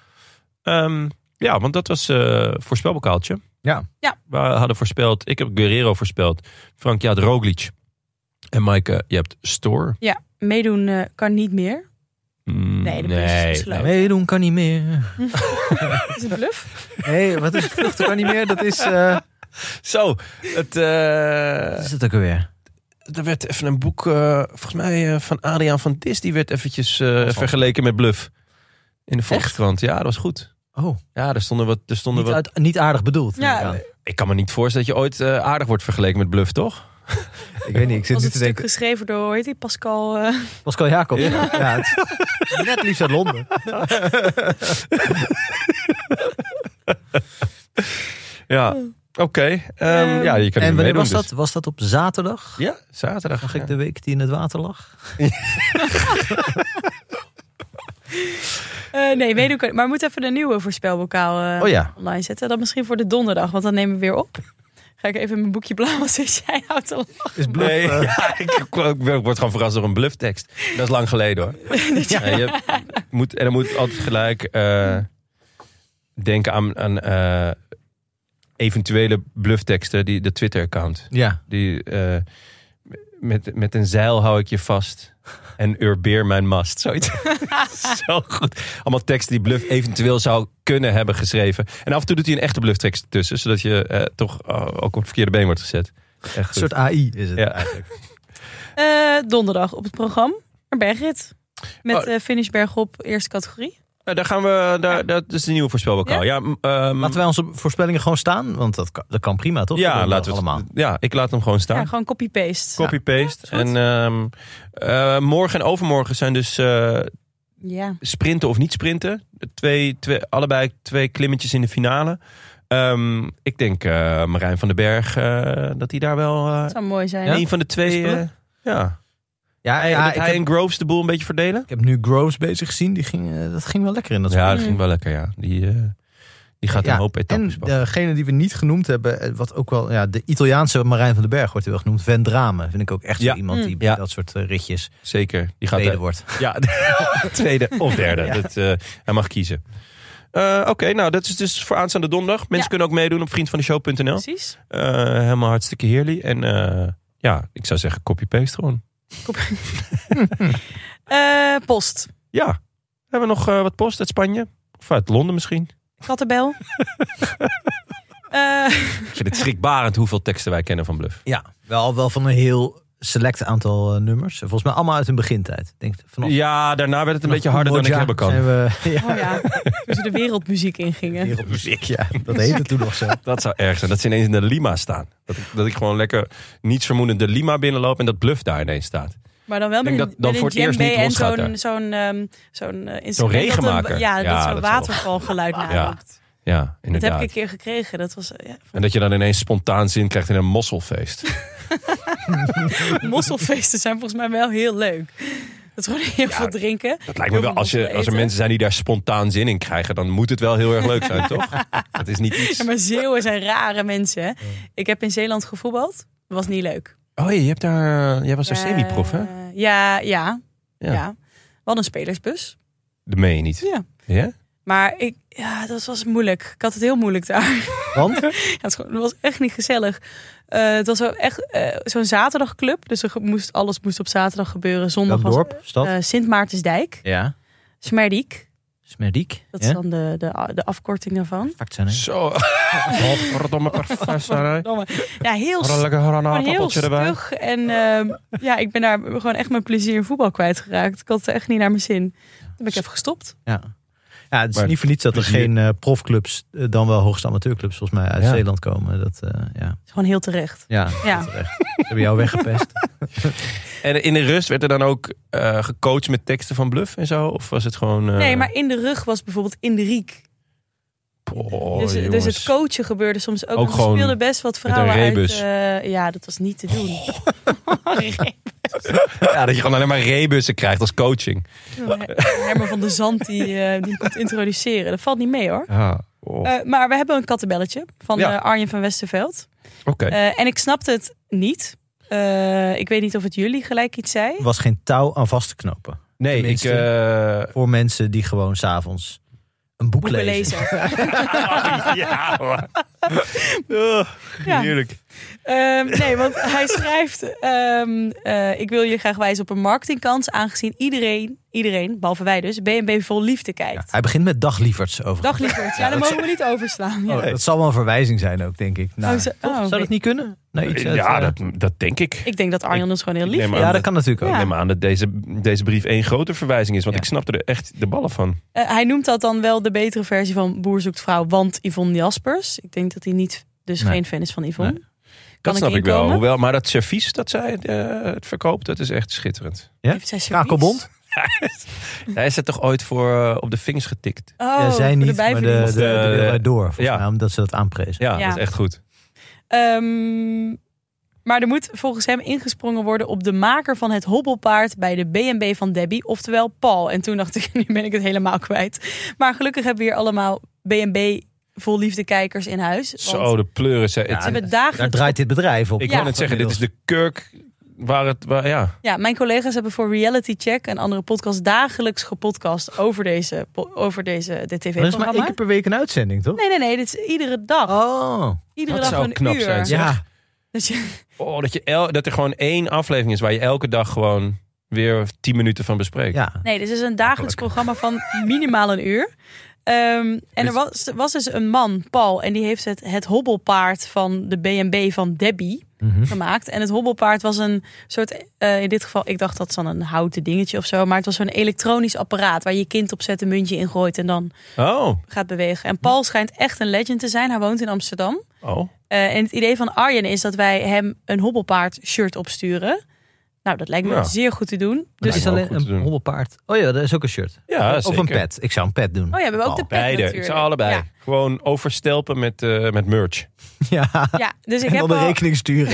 S3: Um, ja, want dat was uh, voorspelbokaaltje.
S4: Ja.
S6: Ja.
S3: We hadden voorspeld, ik heb Guerrero voorspeld. Frank, je had Roglic. En Maaike, je hebt Stoor.
S6: Ja, meedoen uh, kan niet meer.
S3: Mm,
S6: Nee, de bus
S3: nee,
S6: is gesloten.
S4: Meedoen kan niet meer.
S6: Is het bluff?
S4: Nee, wat is het? Vluchten kan niet meer. Dat is... Uh...
S3: Zo, het... Uh...
S4: Wat is het ook alweer?
S3: Er werd even een boek, uh, volgens mij uh, van Adriaan van Dis. Die werd eventjes uh, vergeleken met Bluff. In de Volkskrant. Ja, dat was goed.
S4: Oh,
S3: ja, er stonden wat... Er stonden
S4: niet,
S3: wat...
S4: uit, niet aardig bedoeld.
S6: Ja.
S3: Ik kan me niet voorstellen dat je ooit uh, aardig wordt vergeleken met Bluff, toch?
S4: Ik weet niet, ik zit
S6: was
S4: nu
S6: het
S4: te
S6: stuk
S4: denken...
S6: geschreven door, hoe heet die, Pascal... Uh...
S4: Pascal Jacobs. Ja, ja het is net liefst uit Londen.
S3: Ja, oké. Okay. Um, um, ja, je kan
S4: en wanneer was
S3: dus.
S4: dat? Was dat op zaterdag?
S3: Ja, zaterdag.
S4: Zag
S3: ja.
S4: ik de week die in het water lag?
S6: Uh, nee, weet ik, maar we moeten even een nieuwe voorspelbokaal uh,
S4: oh ja.
S6: online zetten. Dat misschien voor de donderdag, want dan nemen we weer op. Ga ik even mijn boekje blauw, wat is jij nou te lachen?
S4: Is bluff,
S3: nee,
S4: uh...
S3: ja, ik, ik, ik word gewoon verrast door een blufftekst. Dat is lang geleden hoor. ja. Ja, je moet, en dan moet altijd gelijk uh, denken aan, aan uh, eventuele bluffteksten, die, de Twitter-account.
S4: Ja.
S3: Die, uh, met, met een zeil hou ik je vast. En urbeer mijn mast. Zoiets. Zo goed. Allemaal teksten die Bluff eventueel zou kunnen hebben geschreven. En af en toe doet hij een echte blufftekst tussen. Zodat je uh, toch uh, ook op het verkeerde been wordt gezet. Echt
S4: een soort A I is het
S3: ja.
S4: eigenlijk.
S6: Uh, donderdag op het programma. Een bergrit. Met oh. uh, finish bergop eerste categorie.
S3: Nou, daar gaan we, daar, ja. dat is de nieuwe voorspelbokaal. Ja? Ja, um,
S4: laten wij onze voorspellingen gewoon staan? Want dat kan, dat kan prima, toch?
S3: Ja, laten we
S4: allemaal.
S3: Het, ja, ik laat hem gewoon staan.
S6: Ja, gewoon copy-paste.
S3: Copy-paste. Ja. En um, uh, morgen en overmorgen zijn dus uh,
S6: ja.
S3: sprinten of niet sprinten. Twee, twee, allebei twee klimmetjes in de finale. Um, ik denk uh, Marijn van den Berg, uh, dat hij daar wel... Uh,
S6: dat zou mooi zijn.
S3: Ja? Een van de twee... Uh, ja.
S4: Ja,
S3: hij,
S4: ja,
S3: dat hij
S4: heb,
S3: en Groves de boel een beetje verdelen.
S4: Ik heb nu Groves bezig gezien. Die ging, uh, dat ging wel lekker in dat
S3: Ja, dat ging wel lekker, ja. Die, uh, die gaat ja, een hoop etappes
S4: pakken. En degene die we niet genoemd hebben, wat ook wel... Ja, de Italiaanse Marijn van den Berg wordt wel genoemd. Vendrame vind ik ook echt
S3: ja.
S4: zo iemand die bij ja. dat soort uh, ritjes...
S3: Zeker. Die gaat
S4: tweede
S3: er,
S4: wordt.
S3: Ja, tweede of derde. ja. dat, uh, hij mag kiezen. Uh, Oké, okay, nou dat is dus voor aanstaande donderdag. Mensen ja. kunnen ook meedoen op vriend van de show punt n l.
S6: Precies.
S3: Uh, helemaal hartstikke heerlijk. En uh, ja, ik zou zeggen copy-paste gewoon.
S6: uh, post.
S3: Ja, we hebben nog uh, wat post uit Spanje. Of uit Londen misschien.
S6: Kattenbel.
S3: uh. Ik vind het schrikbarend hoeveel teksten wij kennen van Bluff.
S4: Ja, wel, wel van een heel select aantal uh, nummers. Volgens mij allemaal uit hun begintijd. Denk, vanaf,
S3: ja, daarna werd het een beetje harder dan ik hebben kan.
S4: We, ja.
S6: Oh ja, toen ze de wereldmuziek ingingen.
S4: Wereldmuziek, ja. Dat heette toen nog zo.
S3: Dat zou erg zijn. Dat ze ineens in de Lima staan. Dat ik, dat ik gewoon lekker niets vermoedend de Lima binnenloop en dat Bluff daar ineens staat.
S6: Maar dan wel met
S3: dat,
S6: een,
S3: dan
S6: met
S3: voor
S6: een
S3: het eerst niet
S6: en zo'n
S3: zo'n
S6: zo'n um, zo'n uh,
S3: zo'n regenmaker.
S6: Dat ja,
S3: ja,
S6: dat zo'n
S3: dat
S6: watervalgeluid
S3: ja.
S6: naloopt.
S3: Ja, inderdaad.
S6: Dat heb ik een keer gekregen. Dat was, uh, ja,
S3: en dat je dan ineens spontaan zin krijgt in een mosselfeest.
S6: Mosselfeesten zijn volgens mij wel heel leuk. Dat gewoon heel ja, veel drinken.
S3: Dat lijkt me wel, als, je, als er mensen zijn die daar spontaan zin in krijgen, dan moet het wel heel erg leuk zijn, toch? Dat is niet iets.
S6: Ja, maar Zeeuwen zijn rare mensen. Ja. Ik heb in Zeeland gevoetbald. Dat was niet leuk.
S3: Oh je hebt daar... Jij was een
S6: Ja,
S3: semi-prof, hè?
S6: Ja, ja,
S3: Ja.
S6: ja. We hadden een spelersbus.
S3: Dat meen je niet.
S6: Ja.
S3: Ja?
S6: Maar ik, ja, dat was moeilijk. Ik had het heel moeilijk daar.
S4: Want?
S6: Ja, het, was gewoon- het was echt niet gezellig. Uh, het was zo echt uh, zo'n zaterdagclub. Dus er ge- moest, alles moest op zaterdag gebeuren. Zondag
S4: Welk
S6: was
S4: dorp? Stad?
S6: uh, Sint Maartensdijk.
S4: Ja.
S6: Smerdiek.
S4: Smerdiek.
S6: Dat
S4: ja?
S6: is dan de, de, de afkorting daarvan.
S4: Fuck zijn, hè?
S3: Zo. Godverdomme professor.
S6: Verdomme. Ja, heel,
S3: Gewoon lekker
S6: gewoon heel
S3: granaatappeltje erbij.
S6: stug. En uh, ja, ik ben daar gewoon echt mijn plezier in voetbal kwijtgeraakt. Ik had het echt niet naar mijn zin. Toen ben ik even gestopt.
S4: Ja. Ja, het is
S3: Maar
S4: niet voor niets dat er
S3: plezier.
S4: geen uh, profclubs, uh, dan wel hoogste amateurclubs volgens mij uit
S3: Ja.
S4: Zeeland komen. Dat, uh, ja.
S6: Het is gewoon heel terecht.
S4: Ja,
S6: Ja.
S4: dat is echt. Ze hebben jou weggepest.
S3: En in de rust werd er dan ook uh, gecoacht met teksten van Bluff en zo? Of was het gewoon... Uh...
S6: Nee, maar in de rug was bijvoorbeeld in de riek.
S3: Oh,
S6: dus, dus
S3: jongens.
S6: het coachen gebeurde soms ook.
S3: Ook
S6: Want er
S3: gewoon
S6: speelden best wat
S3: een
S6: vrouwen uit.
S3: rebus.
S6: Uh, ja, dat was niet te doen.
S3: Ja, dat je gewoon alleen maar rebussen krijgt als coaching.
S6: Herman van de Zand die, uh, die komt introduceren. Dat valt niet mee hoor.
S3: Ja. Oh.
S6: Uh, maar we hebben een kattenbelletje van
S3: Ja.
S6: uh, Arjen van Westerveld.
S3: Oké. Okay.
S6: Uh, en ik snapte het niet. Uh, ik weet niet of het jullie gelijk iets zei.
S4: Er was geen touw aan vast te knopen.
S3: Nee, ik... Uh...
S4: Voor mensen die gewoon s'avonds een boek
S6: Boeken
S4: lezen.
S6: lezen.
S3: ja, hoor. Oh, heerlijk.
S6: Ja. Um, nee, want hij schrijft... Um, uh, ik wil je graag wijzen op een marketingkans... aangezien iedereen, iedereen, behalve wij dus... B en B vol liefde kijkt.
S4: Ja, hij begint met daglieverds over.
S6: Daglieverds, ja, daar mogen we niet overslaan. Ja.
S4: Oh, dat zal wel een verwijzing zijn ook, denk ik. Nou,
S6: Oh, zo- oh,
S4: zou
S6: nee.
S4: dat niet kunnen? Nee, iets uit,
S3: Ja,
S4: uh,
S3: dat, dat denk ik.
S6: Ik denk dat Arjan dus gewoon heel
S3: Ik
S6: lief
S3: neem
S6: is.
S3: aan
S4: ja,
S3: dat-
S4: dat kan natuurlijk ook.
S3: Ik
S6: Ja.
S3: neem aan dat deze, deze brief één grote verwijzing is. Want
S4: Ja.
S3: ik snapte er echt de ballen van.
S6: Uh, hij noemt dat dan wel de betere versie van Boer zoekt vrouw... want Yvonne Jaspers. Ik denk dat hij niet, dus
S4: Nee.
S6: geen fan is van Yvonne.
S4: Nee.
S6: Kan
S3: Dat snap ik wel.
S6: inkomen?
S3: Hoewel, maar dat servies dat zij uh, het verkoopt, dat is echt schitterend.
S4: Ja?
S6: Heeft zij servies?
S4: Kakelbond?
S3: Hij is er toch ooit voor uh, op de vingers getikt.
S6: Oh,
S4: ja, zij
S6: voor
S4: niet,
S6: de
S4: maar de, de,
S6: bijverdienst.
S4: de, de
S3: De-
S4: wereld door. Volgens
S3: ja.
S4: mij, omdat ze dat aanprezen.
S3: Ja,
S6: Ja.
S3: dat is echt goed.
S6: Um, maar er moet volgens hem ingesprongen worden op de maker van het hobbelpaard bij de B en B van Debbie, oftewel Paul. En toen dacht ik, nu ben ik het helemaal kwijt. Maar gelukkig hebben we hier allemaal B en B vol liefde kijkers in huis. Want
S3: Zo, de pleuren. Ze,
S6: ze
S3: het-
S6: hebben
S4: Daar
S6: dagelijks...
S4: draait dit bedrijf op.
S3: ik
S6: Ja.
S3: wou net zeggen, dit is de kurk waar het... Waar, ja.
S6: Ja, mijn collega's hebben voor Reality Check, een andere podcast, dagelijks gepodcast over, deze, po- over deze, dit
S4: Maar dat is maar één
S6: tv-programma.
S4: keer per week een uitzending, toch?
S6: Nee, nee, nee, dit is iedere dag.
S4: Oh,
S6: iedere
S3: dat
S6: dag
S3: zou
S6: een
S3: knap
S6: uur.
S3: zijn, zeg.
S4: ja.
S6: Dus je,
S3: Oh, dat, je el, dat er gewoon één aflevering is waar je elke dag gewoon weer tien minuten van bespreekt.
S4: ja.
S6: nee, dit is een dagelijks programma van minimaal een uur. Um, en er was, was dus een man, Paul, en die heeft het, het hobbelpaard van de B en B van Debbie
S4: Mhm.
S6: gemaakt. En het hobbelpaard was een soort, uh, in dit geval, ik dacht dat is dan een houten dingetje of zo, maar het was zo'n elektronisch apparaat waar je je kind op zet, een muntje ingooit en dan
S3: Oh,
S6: gaat bewegen. En Paul schijnt echt een legend te zijn. Hij woont in Amsterdam.
S3: oh.
S6: Uh, en het idee van Arjen is dat wij hem een hobbelpaard shirt opsturen. Nou, dat lijkt me
S3: Ja.
S6: zeer goed te doen.
S4: Dus
S6: Dus,
S4: is
S3: me ook
S4: alleen
S3: goed te
S4: een
S3: doen.
S4: hobbelpaard. Oh ja, dat is ook een shirt.
S3: Ja,
S4: Of
S3: zeker.
S4: een pet. Ik zou een pet doen.
S6: oh ja, we hebben ook de
S4: Oh,
S6: pet
S3: Beide.
S6: natuurlijk.
S3: Ik zou allebei.
S6: Ja,
S3: Gewoon overstelpen met, uh, met merch.
S4: Ja,
S6: ja, dus ik
S4: en
S6: heb
S4: dan de
S6: al...
S4: rekening sturen.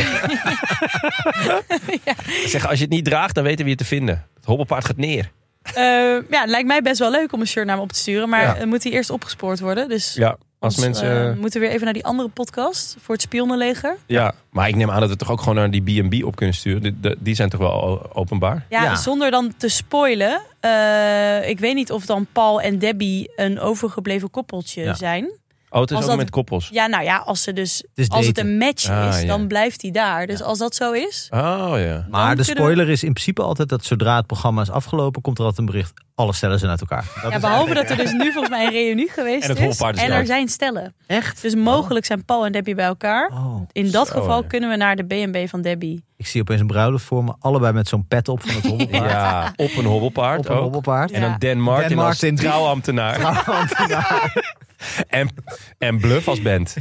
S3: Zeg, als je het niet draagt, dan weten we je te vinden. Het hobbelpaard gaat neer.
S6: Uh, ja, het lijkt mij best wel leuk om een shirt naar me op te sturen. Maar
S3: Ja.
S6: dan moet hij eerst opgespoord worden. Dus
S3: Ja, als
S6: ons,
S3: mensen...
S6: uh, moeten we weer even naar die andere podcast voor het spionnenleger.
S3: Ja, maar ik neem aan dat we toch ook gewoon naar die B en B op kunnen sturen. Die, die- die zijn toch wel o- openbaar?
S6: Ja,
S4: Ja.
S6: zonder dan te spoilen. Uh, ik weet niet of dan Paul en Debbie een overgebleven koppeltje
S4: Ja.
S6: zijn.
S3: Oh, het is
S6: Als
S3: ook
S6: dat-
S3: met koppels.
S6: Ja, nou ja, als, ze dus,
S4: is
S6: als het
S4: daten.
S6: een match
S3: Ah,
S6: is,
S3: ja.
S6: dan blijft hij daar. Dus als dat zo is...
S3: Oh ja.
S4: Maar de
S6: kunnen we-
S4: spoiler is in principe altijd dat zodra het programma is afgelopen, komt er altijd een bericht. Alle stellen zijn uit elkaar. Dat
S6: Ja,
S4: is
S6: behalve dat er dus nu volgens mij een reunie geweest
S3: En het
S6: is.
S3: hobbelpaard is
S6: En er
S3: dood.
S6: zijn stellen.
S4: echt.
S6: Dus mogelijk zijn Paul en Debbie bij elkaar.
S4: Oh,
S6: In dat
S3: Zo,
S6: geval
S3: ja.
S6: kunnen we naar de B en B van Debbie.
S4: ik zie opeens een bruiloft voor me. Allebei met zo'n pet op van het hobbelpaard.
S3: Ja, op een hobbelpaard
S4: Op een
S3: ook.
S4: hobbelpaard.
S3: En dan
S6: Ja.
S3: Dan Martin,
S4: Dan Martin.
S3: als trouwambtenaar. en, en Bluff als band.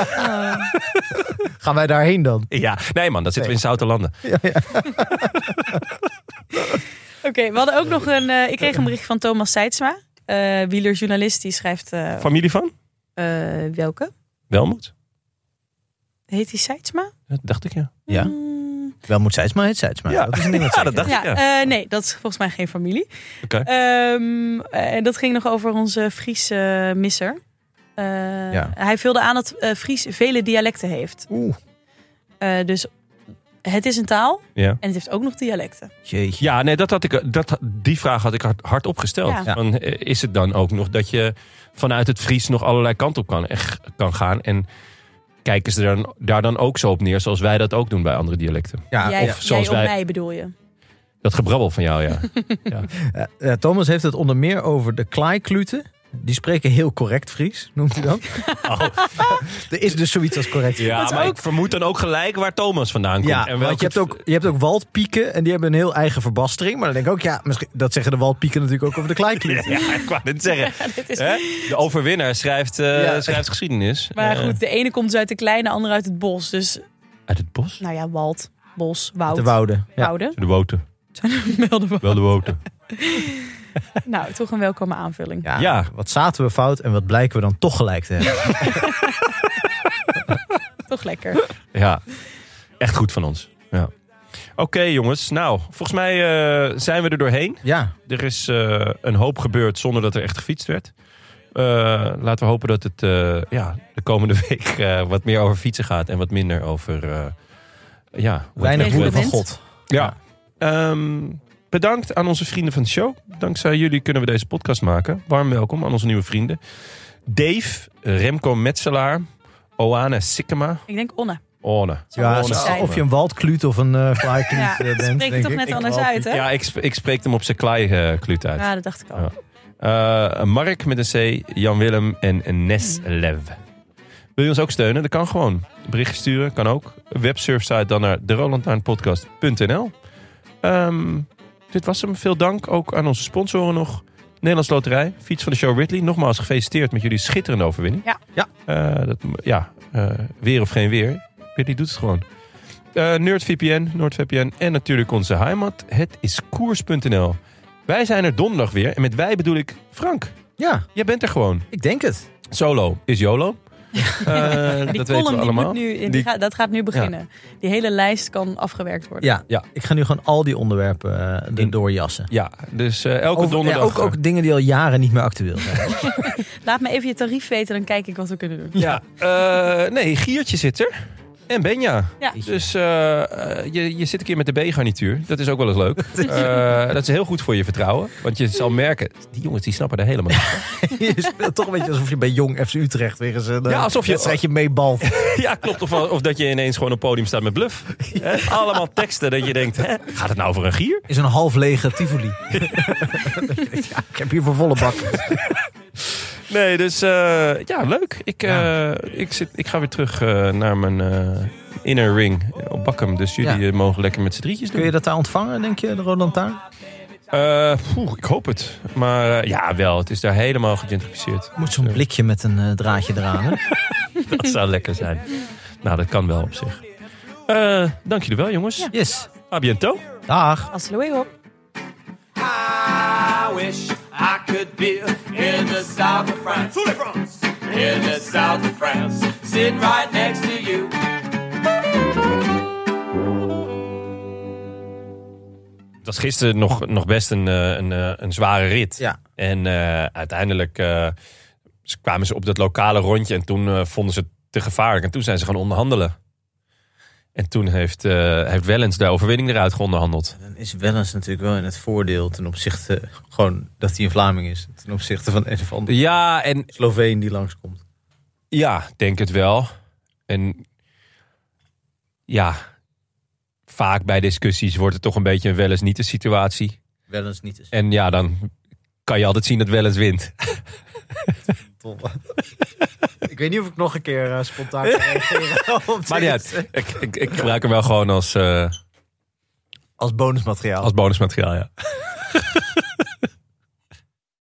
S4: Gaan wij daarheen dan?
S3: Ja, nee man, dat zitten we in Zouterlanden.
S6: Oké, okay, we hadden ook nog een... Uh, ik kreeg een bericht van Thomas Seidsma. Uh, wielerjournalist, die schrijft... Uh,
S3: Familie van?
S6: uh, welke?
S3: Welmoed?
S6: Heet die Seidsma?
S3: Dat dacht ik, ja.
S4: Ja.
S6: Mm,
S4: Wel moet Seidsma, heet Seidsma.
S3: Ja.
S4: Dat is een ding wat
S3: Ja,
S4: zeker
S3: dat dacht
S6: ja,
S3: ik, ja.
S6: uh, nee, dat is volgens mij geen familie.
S3: Oké.
S6: Um, en dat ging nog over onze Friese uh, misser. Uh,
S4: Ja.
S6: Hij vulde aan dat uh, Fries vele dialecten heeft.
S4: Oeh.
S6: Uh, dus Het is een taal
S3: Ja.
S6: en het heeft ook nog dialecten.
S4: Jeetje.
S3: Ja, nee, dat had ik, dat, die vraag had ik hard, hard opgesteld.
S6: Ja.
S3: Van, eh, is het dan ook nog dat je vanuit het Fries nog allerlei kanten op kan, echt kan gaan? En kijken ze er dan, daar dan ook zo op neer, zoals wij dat ook doen bij andere dialecten?
S4: Ja,
S6: jij,
S3: of
S6: jij
S3: zoals
S6: op
S3: wij-
S6: mij bedoel je.
S3: Dat gebrabbel van jou, ja. ja.
S4: Eh, eh, Thomas heeft het onder meer over de klaaikluten. Die spreken heel correct Fries, noemt hij dan.
S3: Oh.
S4: Er is dus zoiets als correct Fries.
S3: Ja, maar ik vermoed dan ook gelijk waar Thomas vandaan komt.
S4: Ja,
S3: en
S4: want je hebt, ook, je hebt ook waldpieken en die hebben een heel eigen verbastering. Maar dan denk ik ook, ja, misschien, dat zeggen de waldpieken natuurlijk ook over de klaaikluten.
S3: Ja, ik wou net zeggen.
S6: Dit is...
S3: Hè? De overwinnaar schrijft, uh,
S4: Ja.
S3: schrijft geschiedenis.
S6: Maar
S3: Eh,
S6: goed, de ene komt dus uit de kleine, de andere uit het bos. Dus,
S3: uit het bos?
S6: nou ja, wald, bos, woud,
S4: De wouden. Ja.
S6: wouden.
S3: De woten.
S6: Wel de woud.
S3: Wel de woten.
S6: Nou, toch een welkome aanvulling.
S4: Ja,
S3: Ja.
S4: Wat zaten we fout en wat blijken we dan toch gelijk te hebben.
S6: Toch lekker.
S3: Ja, echt goed van ons. Ja. Oké jongens, nou, volgens mij uh, zijn we er doorheen.
S4: Ja,
S3: Er is uh, een hoop gebeurd zonder dat er echt gefietst werd. Uh, laten we hopen dat het uh, ja, de komende week uh, wat meer over fietsen gaat en wat minder over uh, ja,
S4: weinig woede van
S6: Reglement.
S4: God.
S3: Ja. Um, bedankt aan onze vrienden van de show. Dankzij jullie kunnen we deze podcast maken. Warm welkom aan onze nieuwe vrienden. Dave, Remco Metselaar, Oana Sikkema,
S6: Ik denk Onne.
S3: Orne.
S4: Ja,
S3: Orne
S4: zo-
S6: zijn.
S4: of je een waldkluut of een uh, klaaikluut
S6: Ja,
S4: uh, bent.
S6: spreek
S4: denk
S6: je toch
S4: ik.
S6: net
S4: Ik
S6: anders
S4: wel.
S6: uit, hè?
S3: Ja, ik, sp- ik spreek hem op zijn klei-kluut uit.
S6: Ja, dat dacht ik al.
S3: Ja. Uh, Mark met een C, Jan-Willem en Neslev. Wil je ons ook steunen? Dat kan gewoon. Berichtje sturen, kan ook. Websurfsite dan naar de roland taarn podcast punt n l. Um, dit was hem. Veel dank ook aan onze sponsoren nog. Nederlands Loterij, fiets van de show Ridley. Nogmaals gefeliciteerd met jullie schitterende overwinning.
S6: Ja.
S4: Ja.
S3: Uh, dat, ja uh, weer of geen weer. Ridley doet het gewoon. Uh, NerdVPN, NordVPN en natuurlijk onze heimat. Het is koers punt n l. Wij zijn er donderdag weer. En met wij bedoel ik Frank.
S4: Ja,
S3: Jij bent er gewoon.
S4: ik denk het.
S3: Solo is YOLO. Uh,
S6: Ja, die
S3: dat weten
S6: column
S3: we
S6: die
S3: allemaal.
S6: moet nu, die
S3: Die-
S6: gaat, dat gaat nu beginnen. Die hele lijst kan afgewerkt worden.
S4: Ja,
S3: Ja.
S4: ik ga nu gewoon al die onderwerpen uh,
S3: In-
S4: erdoor jassen.
S3: Ja, dus uh, elke
S4: Over-
S3: donderdag.
S4: ja, ook, ook dingen die al jaren niet meer actueel zijn.
S6: Laat me even je tarief weten, dan kijk ik wat we kunnen doen.
S3: Ja, uh, nee, Giertje zit er. En Benja.
S6: Ja.
S3: Dus uh, uh, je, je zit een keer met de B-garnituur. Dat is ook wel eens leuk. Uh, dat is heel goed voor je vertrouwen. Want je zal merken, die jongens die snappen er helemaal niet van.
S4: Je speelt toch een beetje alsof je bij Jong F C Utrecht weer eens een
S3: Ja, alsof je-
S4: wedstrijdje meebalt.
S3: Ja, klopt. Of, of dat je ineens gewoon op het podium staat met bluff. Hè? Allemaal teksten dat je denkt, hè, gaat het nou voor een gier?
S4: Is een half lege Tivoli. ja, ik heb hier voor volle bak.
S3: Nee, dus uh, ja, leuk. Ik, uh,
S4: Ja.
S3: ik, zit, ik ga weer terug uh, naar mijn uh, inner ring op Bakkum. Dus jullie
S4: Ja.
S3: uh, mogen lekker met z'n drietjes doen.
S4: Kun je dat daar ontvangen, denk je, de Roland Taarn?
S3: Uh, poeh, ik hoop het. Maar uh, ja, wel. Het is daar helemaal gegentrificeerd.
S4: Moet zo'n blikje met een uh, draadje eraan, hè?
S3: Dat zou lekker zijn. Nou, dat kan wel op zich. Uh, dank jullie wel, jongens.
S4: Yes.
S3: A bientôt.
S4: Dag.
S6: Hasta luego.
S5: I wish I could be in the south of France. In the south of France. Sitting right next to you.
S3: Het was gisteren nog, nog best een, uh, een, uh, een zware rit.
S4: Ja.
S3: En uh, uiteindelijk uh, kwamen ze op dat lokale rondje. En toen uh, vonden ze het te gevaarlijk. En toen zijn ze gaan onderhandelen. En toen heeft, uh, heeft Wellens de overwinning eruit geonderhandeld.
S4: Dan is Wellens natuurlijk wel in het voordeel ten opzichte... gewoon dat hij een Vlaming is. Ten opzichte van een of andere
S3: Ja, en
S4: Sloveen die langskomt.
S3: ja, denk het wel. En ja, vaak bij discussies wordt het toch een beetje een Wellens niet de situatie.
S4: Wellens niet eens.
S3: En ja, dan kan je altijd zien dat Wellens wint.
S4: Ik weet niet of ik nog een keer uh, spontaan kan reageren. op
S3: Maar niet
S4: dit.
S3: uit. Ik, ik, ik gebruik hem wel gewoon als, uh,
S4: Als bonusmateriaal.
S3: als bonusmateriaal, ja.